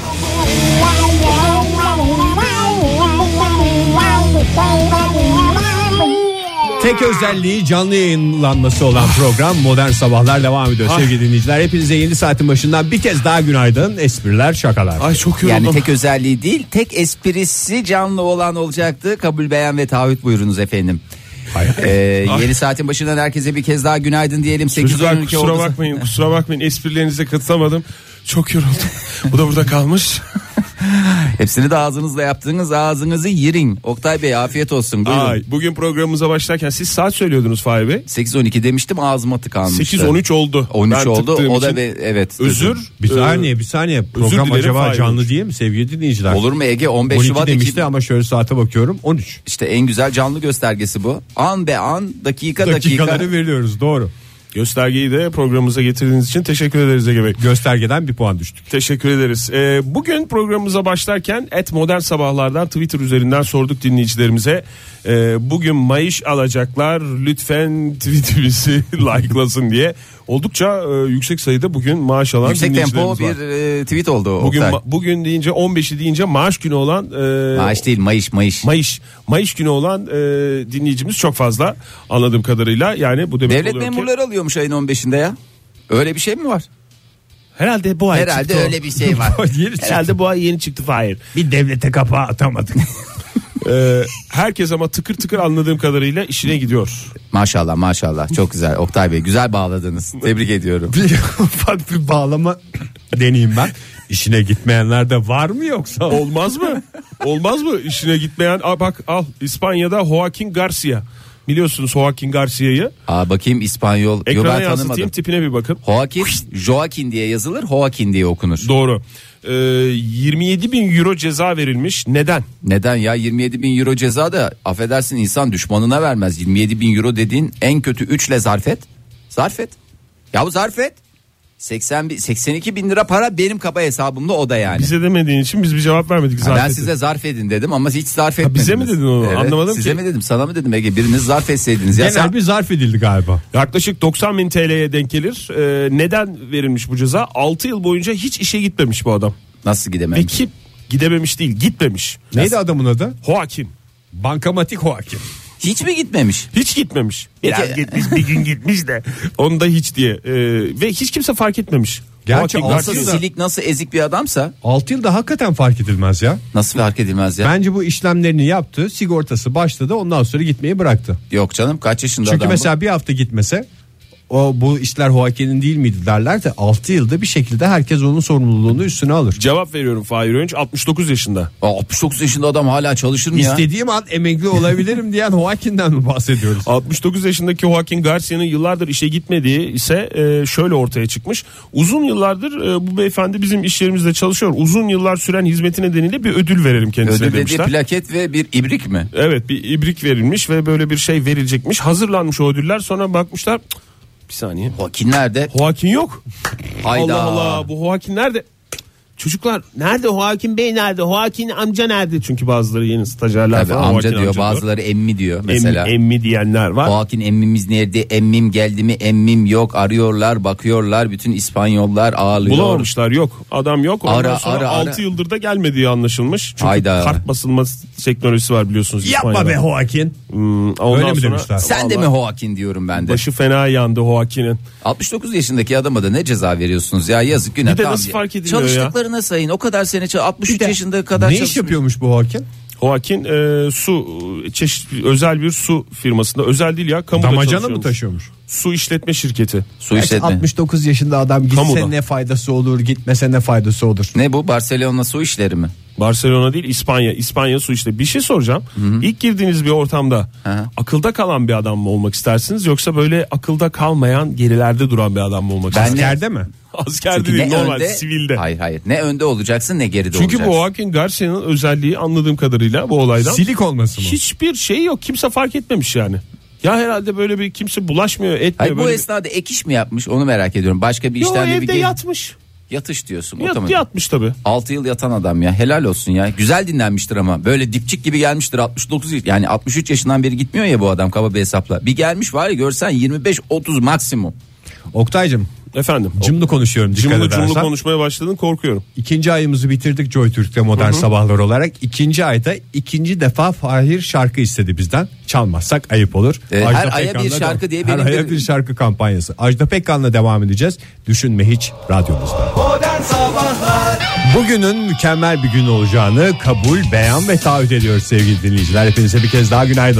Tek özelliği canlı yayınlanması olan program Modern Sabahlar devam ediyor sevgili dinleyiciler. Hepinize yeni saatin başından bir kez daha günaydın. Espriler, şakalar. Ay çok yoruldum. Yani tek özelliği değil, tek esprisi canlı olan olacaktı. Kabul, beğen ve taahhüt buyurunuz efendim. Ee, yeni saatin başından herkese bir kez daha günaydın diyelim. sekiz Çocuklar on iki kusura oldu. bakmayın, kusura bakmayın. Esprilerinize katılamadım. Çok yoruldum. Bu da burada kalmış. Hepsini de ağzınızla yaptığınız ağzınızı yirin. Oktay Bey afiyet olsun. Buyurun. Ay, bugün programımıza başlarken siz saat söylüyordunuz Fahir Bey. sekiz on iki demiştim, ağzıma tıkanmıştı. sekiz on üç oldu. on üç Ben oldu. O da için be, evet. Özür. Bir saniye bir saniye. Program acaba Fahir canlı değil mi sevgili dinleyiciler? Olur mu Ege? on beş on iki Şubat demişti iki... ama şöyle saate bakıyorum on üç. İşte en güzel canlı göstergesi bu. An be an, dakika dakika. Dakikaları veriyoruz, doğru. Göstergeyi de programımıza getirdiğiniz için teşekkür ederiz Ege Bey. Göstergeden bir puan düştük. Teşekkür ederiz. Ee, bugün programımıza başlarken et modern sabahlardan Twitter üzerinden sorduk dinleyicilerimize. Ee, bugün maaş alacaklar, lütfen tweetimizi likelasın diye. Oldukça e, yüksek sayıda bugün maaş alan Yüksek dinleyicilerimiz tempo var. bir e, tweet oldu. Bugün Oktay. ma- bugün deyince on beşi deyince maaş günü olan e, Maaş değil, mayış mayış. Mayış Mayış günü olan e, dinleyicimiz çok fazla anladığım kadarıyla. Yani bu demek Devlet oluyor ki memurları alıyormuş ayın on beşinde ya. Öyle bir şey mi var? herhalde bu ay Herhalde çıktı o. öyle bir şey var. Herhalde bu ay yeni çıktı Fahir. Bir devlete kapağı atamadık. Ee, herkes ama tıkır tıkır anladığım kadarıyla işine gidiyor. Maşallah maşallah, çok güzel Oktay Bey, güzel bağladınız. Tebrik ediyorum. Bir ufak bir bağlama deneyeyim ben. İşine gitmeyenler de var mı yoksa? Olmaz mı? Olmaz mı? İşine gitmeyen. Aa, bak al, İspanya'da Joaquin Garcia. Biliyorsunuz Joaquin Garcia'yı. Aa, bakayım İspanyol. Yo, Ekrana ben yansıtayım, tanımadım. tipine bir bakın. Joaquin, Joaquin diye yazılır, Joaquin diye okunur. Doğru. Ee, yirmi yedi bin euro ceza verilmiş. Neden? Neden ya? Yirmi yedi bin euro ceza da affedersin insan düşmanına vermez. Yirmi yedi bin euro dediğin en kötü üçle zarf et. Zarf et. Ya bu zarf et. seksen, seksen iki bin lira para benim kaba hesabımda, o da yani. Bize demediğin için biz bir cevap vermedik. Ha, Zarf ben edin. size zarf edin dedim ama hiç zarf etmediniz. bize mi dedin onu? Anlamadım size ki. mi dedim, sana mı dedim Ege? Biriniz zarf etseydiniz. Ya Genel sen... bir zarf edildi galiba. Yaklaşık doksan bin T L'ye denk gelir. Ee, neden verilmiş bu ceza? altı yıl boyunca hiç işe gitmemiş bu adam. Nasıl Ve gidememiş? kim gidememiş değil, gitmemiş. Neydi adamın adı? Joaquin. Bankamatik Joaquin. Hiç mi gitmemiş? Hiç gitmemiş. Peki- Biraz gitmiş, bir gün gitmiş de. Onu da hiç diye. Ee, ve hiç kimse fark etmemiş. Gerçi Joaquin Nasıl Garcia. altı silik, nasıl ezik bir adamsa altı yılda hakikaten fark edilmez ya. nasıl fark edilmez ya? Bence bu işlemlerini yaptı, sigortası başladı, ondan sonra gitmeyi bıraktı. Yok canım, kaç yaşında Çünkü adam mesela bir hafta gitmese o bu işler Joaquin'in değil miydi derler de altı yılda bir şekilde herkes onun sorumluluğunu üstüne alır. Cevap veriyorum Fahir Öğünç, altmış dokuz yaşında. bu? Aa, altmış dokuz yaşında adam hala çalışır mı ya? İstediğim an emekli olabilirim diyen Joaquin'den mi bahsediyoruz? altmış dokuz yaşındaki Joaquin Garcia'nın yıllardır işe gitmediği ise e, şöyle ortaya çıkmış. Uzun yıllardır e, bu beyefendi bizim iş yerimizde çalışıyor. Uzun yıllar süren hizmeti nedeniyle bir ödül verelim kendisine Ödül dediği demişler. plaket ve bir ibrik mi? Evet, bir ibrik verilmiş ve böyle bir şey verilecekmiş. Hazırlanmış o ödüller, sonra bakmışlar. Cık, bir saniye. Joaquin nerede? Joaquin yok. Hayda. Allah Allah, bu Joaquin nerede? Çocuklar nerede, Joaquin Bey nerede, Joaquin amca nerede? Çünkü bazıları yeni stajyerler Tabii, falan. amca Joaquin diyor, amca bazıları emmi diyor Em- mesela. emmi diyenler var. Joaquin emmimiz nerede? Emmim geldi mi? Emmim yok. Arıyorlar, bakıyorlar. Bütün İspanyollar ağlıyor. Bulamamışlar, yok. Adam yok. Ondan Ara, sonra ara, ara. altı yıldır da gelmediği anlaşılmış. Çünkü Hayda. kart basılma teknolojisi var biliyorsunuz Yapma İspanya'da. be Joaquin. Hmm, ondan Öyle mi sonra- demişler? Sen de mi Vallahi Joaquin diyorum ben de. Başı fena yandı Joaquin'in. altmış dokuz yaşındaki adama da ne ceza veriyorsunuz ya, yazık günah. Bir de Tamam nasıl ya. fark ediliyor ya? Çalıştıklarına sayın, o kadar sene çal- altmış üç de yaşında kadar Ne iş çalışmış. yapıyormuş bu Joaquin? Joaquin e, su çeşit özel bir su firmasında, özel değil ya, kamuda Damacana çalışıyormuş. mı taşıyormuş? Su işletme şirketi. Su Gerçi işletme. altmış dokuz yaşında adam gitse Kamuda. ne faydası olur, gitmese ne faydası olur. Ne bu, Barcelona su işleri mi? Barcelona değil, İspanya. İspanya su işte. Bir şey soracağım. İlk girdiğiniz bir ortamda Hı. akılda kalan bir adam mı olmak istersiniz, yoksa böyle akılda kalmayan, gerilerde duran bir adam mı olmak Ben istersiniz? ne- Askerde mi? Askerde Çünkü değil, ne normal önde, sivilde. Hayır hayır. Ne önde olacaksın ne geride Çünkü olacaksın. bu Joaquin Garcia'nın özelliği, anladığım kadarıyla bu olaydan Silik olması mı? hiçbir şey yok. Kimse fark etmemiş yani. Ya herhalde böyle bir kimse bulaşmıyor, etmiyor. Hayır, bu böyle esnada ek iş mi yapmış onu merak ediyorum. Başka bir bir... Yo, işten de bir evde gel- yatmış. Yatış diyorsun. Yat, otomatik. yatmış tabii. altı yıl yatan adam ya, helal olsun ya. Güzel dinlenmiştir ama böyle dipçik gibi gelmiştir. altmış dokuz yani altmış üç yaşından beri gitmiyor ya bu adam, kaba bir hesapla. Bir gelmiş var ya, görsen yirmi beş otuz maksimum. Oktay'cım Efendim. cımlı konuşuyorum dikkat Cımlı edersen. cımlı konuşmaya başladın, korkuyorum. İkinci ayımızı bitirdik Joy Türk'te modern sabahlar olarak. İkinci ayda ikinci defa Fahir şarkı istedi bizden. Çalmazsak ayıp olur. Ee, Ajda her aya Pekkan'la bir şarkı de- diye Her benim aya bir- bir şarkı kampanyası. Ajda Pekkan'la devam edeceğiz. Düşünme hiç radyomuzda. Modern Sabahlar Bugünün mükemmel bir gün olacağını kabul, beyan ve taahhüt ediyoruz sevgili dinleyiciler. Hepinize bir kez daha günaydın.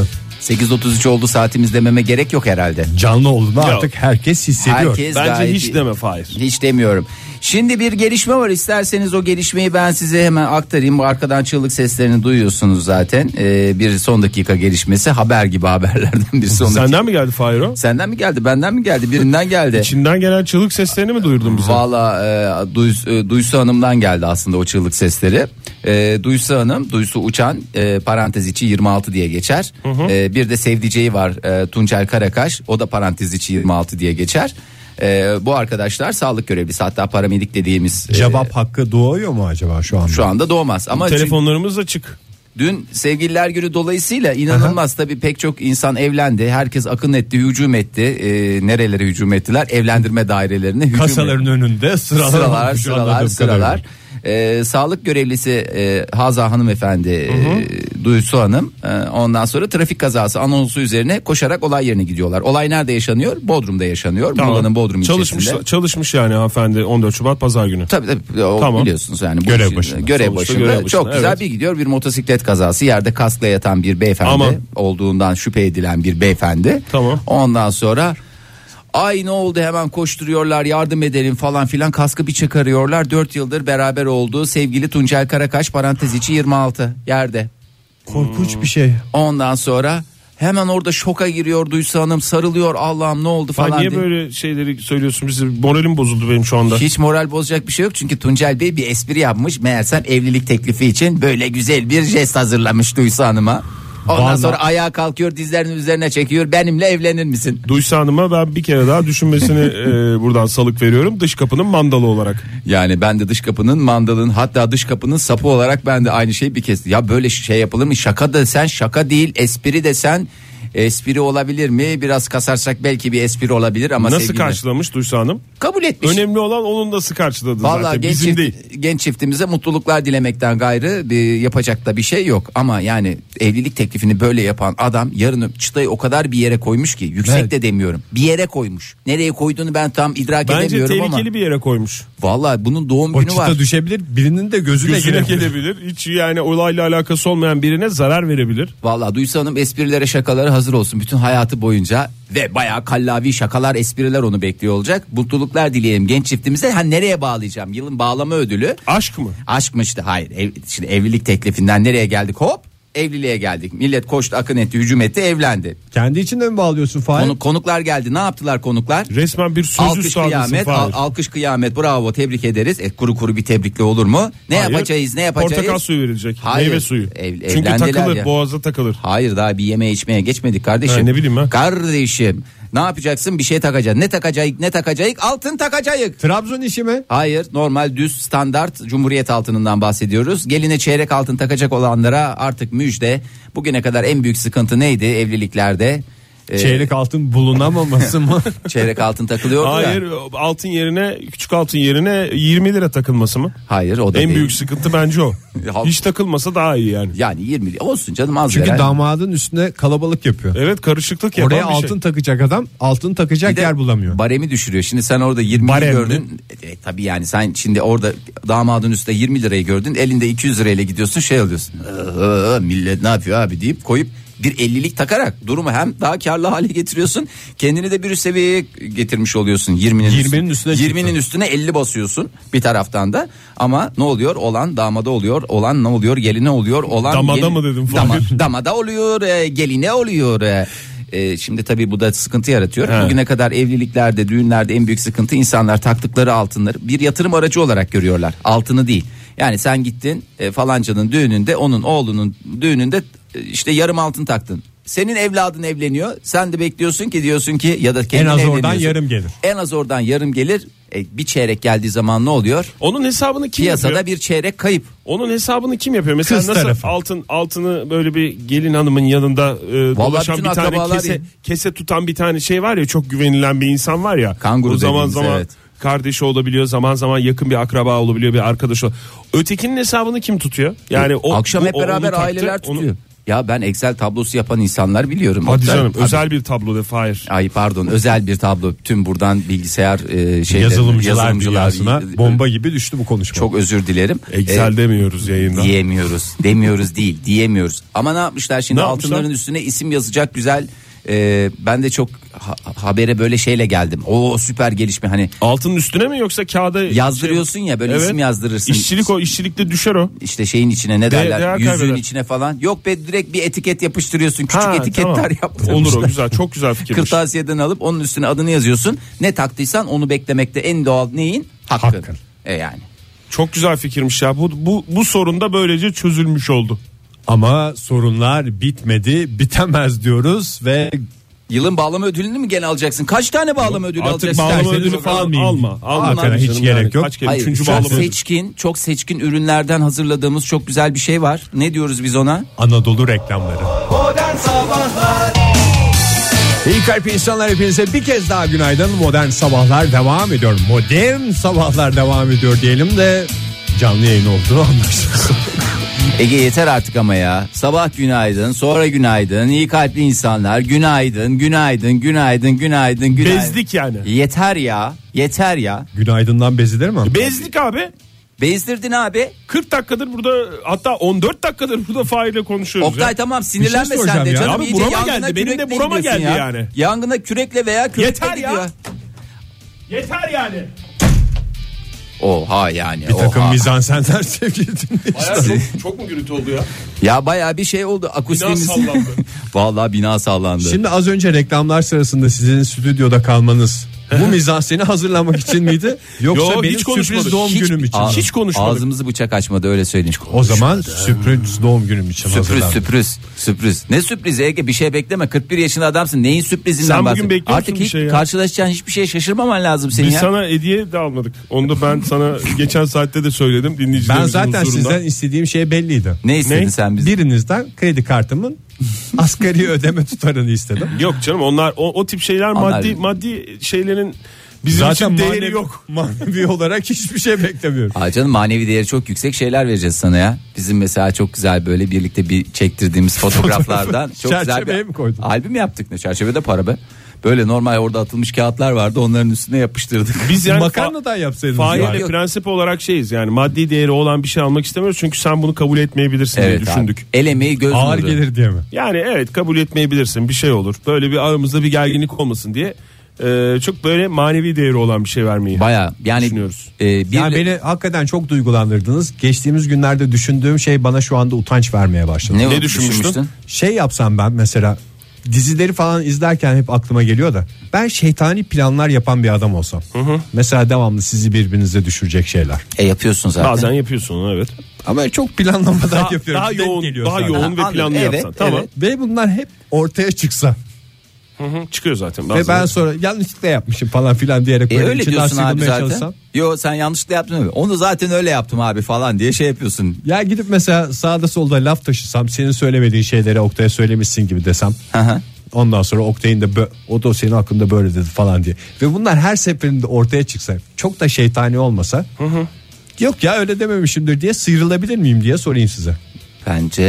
sekiz otuz üç oldu saatimiz dememe gerek yok herhalde. Canlı olduğunu artık herkes hissediyor. Herkes Bence gayet hiç iyi. deme Fahir. Hiç demiyorum. Şimdi bir gelişme var, isterseniz o gelişmeyi ben size hemen aktarayım. Arkadan çığlık seslerini duyuyorsunuz zaten. Ee, bir son dakika gelişmesi, haber gibi haberlerden bir son dakika. Senden mi geldi Fahir o? Senden mi geldi, benden mi geldi, birinden geldi. İçinden gelen çığlık seslerini mi duyurdun bize? Valla e, Duys, e, Duysu Hanım'dan geldi aslında o çığlık sesleri. E, Duysu Hanım, Duysu Uçan, e, parantez içi yirmi altı diye geçer. Hı hı. E, bir de sevdiceği var, e, Tuncel Karakaş, o da parantez içi yirmi altı diye geçer. Ee, bu arkadaşlar sağlık görevlisi, hatta paramedik dediğimiz. Cevap e, hakkı doğuyor mu acaba şu anda? Şu anda doğmaz ama telefonlarımız açık. Dün sevgililer günü dolayısıyla inanılmaz tabii, pek çok insan evlendi. Herkes akın etti, hücum etti. Ee, nerelere hücum ettiler? Evlendirme dairelerine hücum Kasaların etti. önünde sıralar Sıralar sıralar sıralar. Ee, sağlık görevlisi e, Haza hanımefendi, e, Duysu Hanım, e, ondan sonra trafik kazası anonsu üzerine koşarak olay yerine gidiyorlar. Olay nerede yaşanıyor? Bodrum'da yaşanıyor. Tamam. Muğla'nın Bodrum çalışmış, ilçesinde. Çalışmış yani hanımefendi on dört Şubat pazar günü. Tabii tabii o Tamam. biliyorsunuz yani. Bu Görev işin- başında. Görev Sonuçta başında. görev başında, Çok güzel evet. bir gidiyor, bir motosiklet kazası, yerde kaskla yatan bir beyefendi, Aman. olduğundan şüphe edilen bir beyefendi. Tamam. Ondan sonra ay ne oldu, hemen koşturuyorlar, yardım edelim falan filan, kaskı bir çıkarıyorlar. dört yıldır beraber olduğu sevgili Tuncel Karakaş, parantez içi yirmi altı, yerde. Korkunç bir şey. Ondan sonra hemen orada şoka giriyor Duysu Hanım, sarılıyor, Allah'ım ne oldu Falan falan niye diye. böyle şeyleri söylüyorsun bize? Moralim bozuldu benim şu anda. Hiç moral bozacak bir şey yok, çünkü Tuncel Bey bir espri yapmış. Meğersem evlilik teklifi için böyle güzel bir jest hazırlamış Duysu Hanım'a. Ondan Vallahi. sonra ayağa kalkıyor, dizlerinin üzerine çekiyor, benimle evlenir misin? Duysa Hanım'a ben bir kere daha düşünmesini e, buradan salık veriyorum. Dış kapının mandalı olarak. Yani ben de dış kapının mandalın, hatta dış kapının sapı olarak ben de aynı şeyi bir kez. Ya böyle şey yapılır mı? Şaka desen şaka değil, espri desen espri olabilir mi? Biraz kasarsak belki bir espri olabilir ama Nasıl sevgili- karşılamış Duysa Hanım? kabul etmiş. Önemli olan onun nasıl karşıladı Vallahi zaten. genç, Bizim çift- değil. genç çiftimize mutluluklar dilemekten gayrı bir, yapacak da bir şey yok. Ama yani evlilik teklifini böyle yapan adam yarın çıtayı o kadar bir yere koymuş ki, yüksek Evet. de demiyorum, bir yere koymuş. Nereye koyduğunu ben tam idrak Bence edemiyorum tehlikeli ama bir yere koymuş. vallahi bunun doğum O günü çıta var. düşebilir, birinin de gözüne, Gözüne girebilir. gelebilir. Hiç yani olayla alakası olmayan birine zarar verebilir. Vallahi Duysu Hanım esprilere, şakaları hazır olsun bütün hayatı boyunca ve bayağı kallavi şakalar, espriler onu bekliyor olacak. Mutluluklar dileyelim genç çiftimize. Ha, nereye bağlayacağım? Yılın bağlama ödülü. Aşk mı? Aşkmıştı. Hayır. Ev, şimdi evlilik teklifinden nereye geldik? Hop. Evliliğe geldik. Millet koştu, akın etti, hücum etti, evlendi. Kendi içinde mi bağlıyorsun Fahir? Konu, konuklar geldi. Ne yaptılar konuklar? Resmen bir sözü Alkış sağlasın kıyamet, al, Fahir. alkış kıyamet, bravo, tebrik ederiz. E, kuru kuru bir tebrikle olur mu? Ne Hayır, yapacağız, ne yapacağız? Portakal suyu verilecek. Hayır. Meyve suyu. Ev- Çünkü evlendiler takılır, ya. boğaza takılır. Hayır, daha bir yeme içmeye geçmedik kardeşim. Ha, ne bileyim ben. Kardeşim, ne yapacaksın? Bir şey takacaksın. Ne takacağız? Ne takacağız? Altın takacağız. Trabzon işi mi? Hayır, normal düz standart Cumhuriyet altınından bahsediyoruz. Geline çeyrek altın takacak olanlara artık müjde. Bugüne kadar en büyük sıkıntı neydi evliliklerde? Ee, Çeyrek altın bulunamaması mı? çeyrek altın takılıyordu Hayır, ya. altın yerine, küçük altın yerine yirmi lira takılması mı? Hayır, o da En değil. büyük sıkıntı bence o. Ya- Hiç takılmasa daha iyi yani. Yani yirmi olsun canım, az Çünkü veren. damadın üstüne kalabalık yapıyor. Evet, karışıklık yapan Oraya bir altın şey. takacak adam altın takacak Bir de yer bulamıyor. Baremi düşürüyor. Şimdi sen orada yirmi Barem mi? gördün. E, tabii yani sen şimdi orada damadın üstünde yirmi lirayı gördün. Elinde iki yüz lirayla gidiyorsun, şey alıyorsun. Ee, millet ne yapıyor abi deyip koyup bir ellilik takarak durumu hem daha karlı hale getiriyorsun. Kendini de bir üst seviyeye getirmiş oluyorsun. yirminin, yirminin üstüne yirminin çıktın. üstüne elli basıyorsun bir taraftan da. Ama ne oluyor? Olan damada oluyor. Olan ne oluyor? Geline oluyor. Olan Damada gelin- mı dedim Dama, Fahir? damada oluyor. E, geline oluyor. E, e, şimdi tabii bu da sıkıntı yaratıyor. He. Bugüne kadar evliliklerde, düğünlerde en büyük sıkıntı, insanlar taktıkları altınları bir yatırım aracı olarak görüyorlar. Altını değil. Yani sen gittin e, falancanın düğününde, onun oğlunun düğününde e, işte yarım altın taktın. Senin evladın evleniyor. Sen de bekliyorsun ki, diyorsun ki, ya da kendin En az oradan evleniyorsun. yarım gelir. En az oradan yarım gelir. E, bir çeyrek geldiği zaman ne oluyor? Onun hesabını kim Piyasada yapıyor? bir çeyrek kayıp. Onun hesabını kim yapıyor? Mesela Kız nasıl tarafı. altın altını böyle bir gelin hanımın yanında e, dolaşan bütün bir tane akrabalar kese, ya. kese tutan bir tane şey var ya, çok güvenilen bir insan var ya. Kanguru o zaman dediğimiz, zaman evet. kardeşi olabiliyor, zaman zaman yakın bir akraba olabiliyor, bir arkadaş ol. Ötekinin hesabını kim tutuyor? Yani o Akşam bu- hep o onu beraber taktı, aileler onu- tutuyor. Ya ben Excel tablosu yapan insanlar biliyorum. Hadi Oktay. canım, Tabii. özel bir tablo de Fahir. Ay pardon, özel bir tablo. Tüm buradan bilgisayar e, şeyleri, Yazılımcılar dünyasına bomba gibi düştü bu konuşma. Çok özür dilerim. Excel Ee, demiyoruz yayında. Diyemiyoruz. Demiyoruz değil, diyemiyoruz. Ama ne yapmışlar şimdi? Ne Altınların yapmışlar? üstüne isim yazacak güzel. E, ben de çok ha- habere böyle şeyle geldim. O süper gelişme, hani Altının üstüne mi yoksa kağıda yazdırıyorsun ya, böyle Evet. isim yazdırırsın. İşçilik o, işçilikte düşer o. İşte şeyin içine ne De- derler, değer yüzüğün kaybeder. içine falan. Yok be, direkt bir etiket yapıştırıyorsun. Küçük Ha, etiketler tamam. yaptırmışlar. Olur, o güzel, çok güzel fikirmiş. Kırtasiyeden alıp onun üstüne adını yazıyorsun. Ne taktıysan onu beklemekte en doğal neyin? Hakkın. Hakkın. E yani. Çok güzel fikirmiş ya. Bu bu bu sorun da böylece çözülmüş oldu. Ama sorunlar bitmedi, bitemez diyoruz ve Yılın bağlama ödülünü mü gene alacaksın? Kaç tane bağlama ödülü Artık alacaksın? bağlama İsterseniz ödülü falan almayın. alma. Alma. Hakikaten Tabii hiç canım gerek yani. yok. Kaç kere? Hayır, Üçüncü çok bağlama ödülü. seçkin, çok seçkin ürünlerden hazırladığımız çok güzel bir şey var. Ne diyoruz biz ona? Anadolu reklamları. Modern Sabahlar İyi kalp insanlar, hepinize bir kez daha günaydın. Modern Sabahlar devam ediyor. Modern Sabahlar devam ediyor diyelim de canlı yayın olduğu anlaşılsın. Ege yeter artık ama ya. Sabah günaydın, sonra günaydın, iyi kalpli insanlar, günaydın, günaydın, günaydın, günaydın, günaydın. Bezdik yani. Yeter ya, yeter ya. Günaydın'dan bezilir mi? Bezdik abi. Bezdirdin abi. kırk dakikadır burada, hatta on dört dakikadır burada Fahir'le konuşuyoruz. Oktay ya. tamam, sinirlenme şey sen soracağım de ya. canım. Abi İyice burama yangına geldi, benim de kürekle burama gidiyorsun geldi ya. yani. Yangına kürekle veya kürekle Yeter ya. gidiyor. Yeter yani. Oha yani. Bir takım oha. mizansenler sevgili dinleyiciler. Bayağı çok, çok mu gürültü oldu ya? Ya bayağı bir şey oldu. Bina Akustiğimiz. sallandı. Vallahi bina sallandı. Şimdi az önce reklamlar sırasında sizin stüdyoda kalmanız bu mizanseni hazırlamak için miydi? Yoksa Yo, benim hiç konuşmadık. sürpriz doğum Hiç- günüm için. Aa, mi? hiç konuşmadık. Ağzımızı bıçak açmadı, öyle söyleyeyim. O zaman sürpriz doğum günüm için Sürpriz hazırlandım. sürpriz sürpriz. Ne sürprizi Ege, bir şey bekleme. kırk bir yaşında adamsın. Neyin sürprizinden Sen bugün bahsediyorsun? bekliyor Artık musun bir hiç şey ya? karşılaşacağın hiçbir şeye şaşırmaman lazım senin Biz ya. sana hediye de almadık. Onu da ben sana geçen saatte de söyledim Ben dinleyicilerimizin zaten huzurunda. sizden istediğim şey belliydi. Ne istedin Ne? sen bizden? Birinizden kredi kartımın asgari ödeme tutarını istedim. Yok canım, onlar o, o tip şeyler Onlar- maddi maddi şeylerin bizim Zaten için değeri manevi, yok. manevi olarak hiçbir şey beklemiyorum. Aa canım, manevi değeri çok yüksek şeyler vereceğiz sana ya. Bizim mesela çok güzel böyle birlikte bir çektirdiğimiz fotoğraflardan çok güzel Çerçeveye bir mi koydun? albüm yaptık. Ne çerçevede para be. Böyle normal orada atılmış kağıtlar vardı, onların üstüne yapıştırdık. Biz yani Makarnadan yapsaydınız. Fahir'le Yok. prensip olarak şeyiz yani, maddi değeri olan bir şey almak istemiyoruz çünkü sen bunu kabul etmeyebilirsin diye Evet düşündük. abi. El emeği göz Ağır nuru. gelir diye mi? Yani evet, kabul etmeyebilirsin, bir şey olur. Böyle bir aramızda bir gerginlik olmasın diye e, çok böyle manevi değeri olan bir şey vermeyi Baya yani düşünüyoruz. e, bir Yani beni hakikaten çok duygulandırdınız. Geçtiğimiz günlerde düşündüğüm şey bana şu anda utanç vermeye başladı. ne, Ne düşünmüştün? Şey yapsam ben mesela, dizileri falan izlerken hep aklıma geliyor da, ben şeytani planlar yapan bir adam olsam. Mesela devamlı sizi birbirinize düşürecek şeyler. E yapıyorsun zaten. Bazen yapıyorsun onu, evet. Ama çok planlamadan Daha, yapıyorum. daha Denk yoğun, geliyor daha sadece. yoğun Ha, ve planlı anladım. Evet, yapsan. Tamam. evet. Ve bunlar hep ortaya çıksa. Hı hı, çıkıyor zaten. Ve bazen. ben sonra yanlışlıkla yapmışım falan filan diyerek E böyle öyle içinden diyorsun abi sıyrılmaya zaten. çalışsam. Yo, sen yanlışlıkla yaptın mı? Onu zaten öyle yaptım abi falan diye şey yapıyorsun. Ya gidip mesela sağda solda laf taşısam, senin söylemediğin şeyleri Oktay'a söylemişsin gibi desem. Hı hı. Ondan sonra Oktay'ın da bö- o da senin hakkında böyle dedi falan diye. Ve bunlar her seferinde ortaya çıksa, çok da şeytani olmasa. Yok ya öyle dememişimdir diye sıyrılabilir miyim diye sorayım size. Bence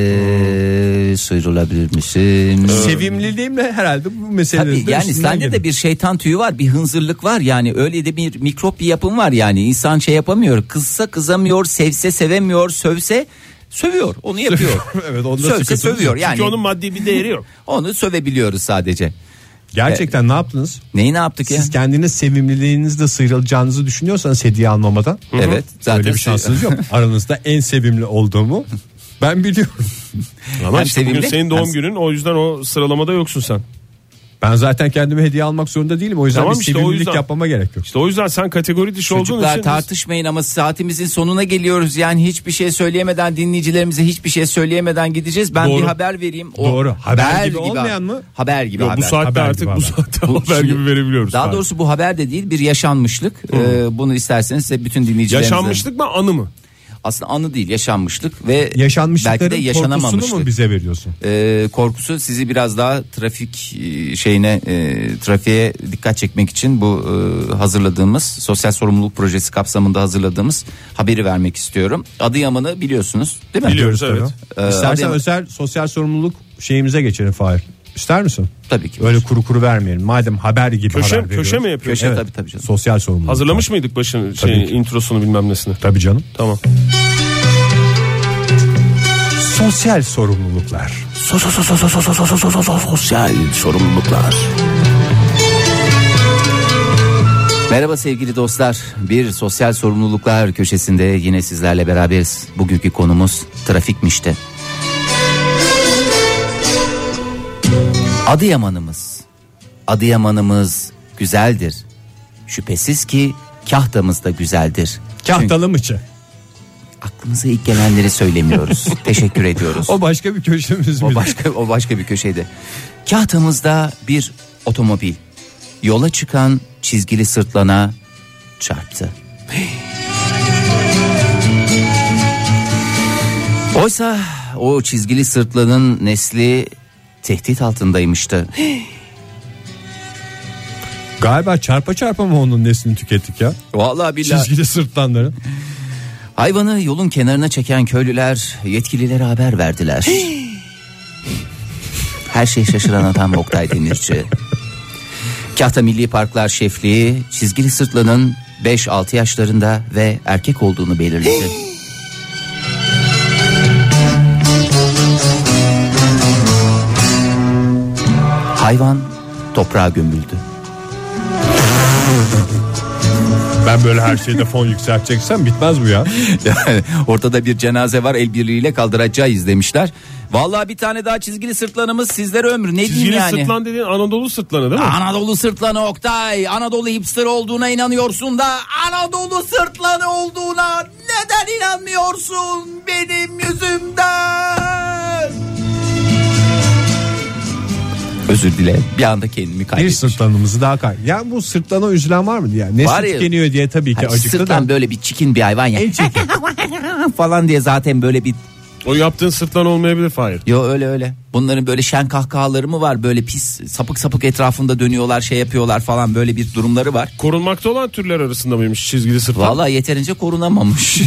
sıyrılabilir misin? Sevimliliğimle herhalde bu meselenin Tabii de yani üstünden sende de gelin. bir şeytan tüyü var, bir hınzırlık var, yani öyle de bir mikrop bir yapım var, yani insan şey yapamıyor, kızsa kızamıyor, sevse sevemiyor, sövse sövüyor, onu yapıyor. Evet, onda Sövse sıkıntı sövüyor yok. yani. Çünkü onun maddi bir değeri yok. Onu sövebiliyoruz sadece. Gerçekten ne yaptınız? Neyi ne yaptık ya? Siz kendiniz sevimliliğinizde sıyrılacağınızı düşünüyorsanız hediye almamadan. Evet, zaten Öyle bir şansınız yok. Aranızda en sevimli olduğumu ben biliyorum. Ama Hem işte bugün sevimli, senin doğum hem- günün, o yüzden o sıralamada yoksun sen. Ben zaten kendime hediye almak zorunda değilim. O yüzden Tamam bir işte, o sevimlilik yüzden. yapmama gerek yok. İşte o yüzden sen kategori dışı olduğun Çocuklar için. tartışmayın ama saatimizin sonuna geliyoruz. Yani hiçbir şey söyleyemeden, dinleyicilerimize hiçbir şey söyleyemeden gideceğiz. Ben Doğru. bir haber vereyim. O Doğru. Haber gibi olmayan mı? Haber gibi Yok, haber. bu saatte Haber artık gibi bu haber. saatte Bu haber şimdi- gibi verebiliyoruz. Daha Abi. doğrusu bu haber de değil, bir yaşanmışlık. Ee, bunu isterseniz size bütün dinleyicilerimize. Yaşanmışlık mı, anı mı? aslında anı değil, yaşanmışlık ve belki de Yaşanmışlıkların yaşanamamışlık. korkusunu mu bize veriyorsun? Ee, korkusu sizi biraz daha trafik e, şeyine e, trafiğe dikkat çekmek için bu e, hazırladığımız sosyal sorumluluk projesi kapsamında hazırladığımız haberi vermek istiyorum. Adıyaman'ı biliyorsunuz değil mi? Biliyoruz, evet. Ee, İstersen Adıyaman- özel sosyal sorumluluk şeyimize geçelim Fahir. İster misin? Tabii ki. Öyle kuru kuru vermeyelim. Madem haber gibi Köşe, haber veriyoruz. köşe mi yapıyoruz? Köşe Evet. tabii tabii canım. Sosyal sorumluluk. Hazırlamış mıydık başın Tabii şey ki. introsunu bilmem nesini? Tabii canım. Tamam. Sosyal sorumluluklar. Sosyal sorumluluklar. Merhaba sevgili dostlar. Bir sosyal sorumluluklar köşesinde yine sizlerle beraberiz. Bugünkü konumuz trafikmişti. Adıyaman'ımız. Adıyaman'ımız güzeldir. Şüphesiz ki Kahta'mız da güzeldir. Kahtalı mıçı. Aklımıza ilk gelenleri söylemiyoruz. Teşekkür ediyoruz. O başka bir köşemiz mi? O başka o başka bir köşeydi. Kahta'mızda bir otomobil yola çıkan çizgili sırtlana çarptı. Oysa o çizgili sırtlanın nesli tehdit altındaymıştı. Galiba çarpa çarpa mı onun neslini tükettik ya? Vallahi billahi. Çizgili sırtlanların. Hayvanı yolun kenarına çeken köylüler yetkililere haber verdiler. Her şey şaşıran adam Oktay Demirci. Kahta Milli Parklar Şefliği çizgili sırtlanın beş altı yaşlarında ve erkek olduğunu belirledi. Hayvan toprağa gömüldü. Ben böyle her şeyde fon yükselteceksem bitmez bu ya. Yani ortada bir cenaze var, el birliğiyle kaldıracağız demişler. Vallahi bir tane daha çizgili sırtlanımız sizlere ömür. Ne diyeyim Çizgili yani? sırtlan dediğin Anadolu sırtlanı değil mi? Anadolu sırtlanı Oktay. Anadolu hipster olduğuna inanıyorsun da Anadolu sırtlanı olduğuna neden inanmıyorsun benim yüzümden? Özür dilerim. Bir anda kendimi Bir kaybetmiş. sırtlanımızı daha kay. Ya bu sırtlana üzülen var mı diye. Nesli Var ya. tükeniyor diye tabii ki Hani acıktı sırtlan da. böyle bir çikin bir hayvan ya. En çirkin. falan diye zaten böyle bir. O yaptığın sırtlan olmayabilir Fahir. Yo öyle öyle. Bunların böyle şen kahkahaları mı var? Böyle pis sapık sapık etrafında dönüyorlar, şey yapıyorlar falan, böyle bir durumları var. Korunmakta olan türler arasında mıymış çizgili sırtlan? Vallahi yeterince korunamamış.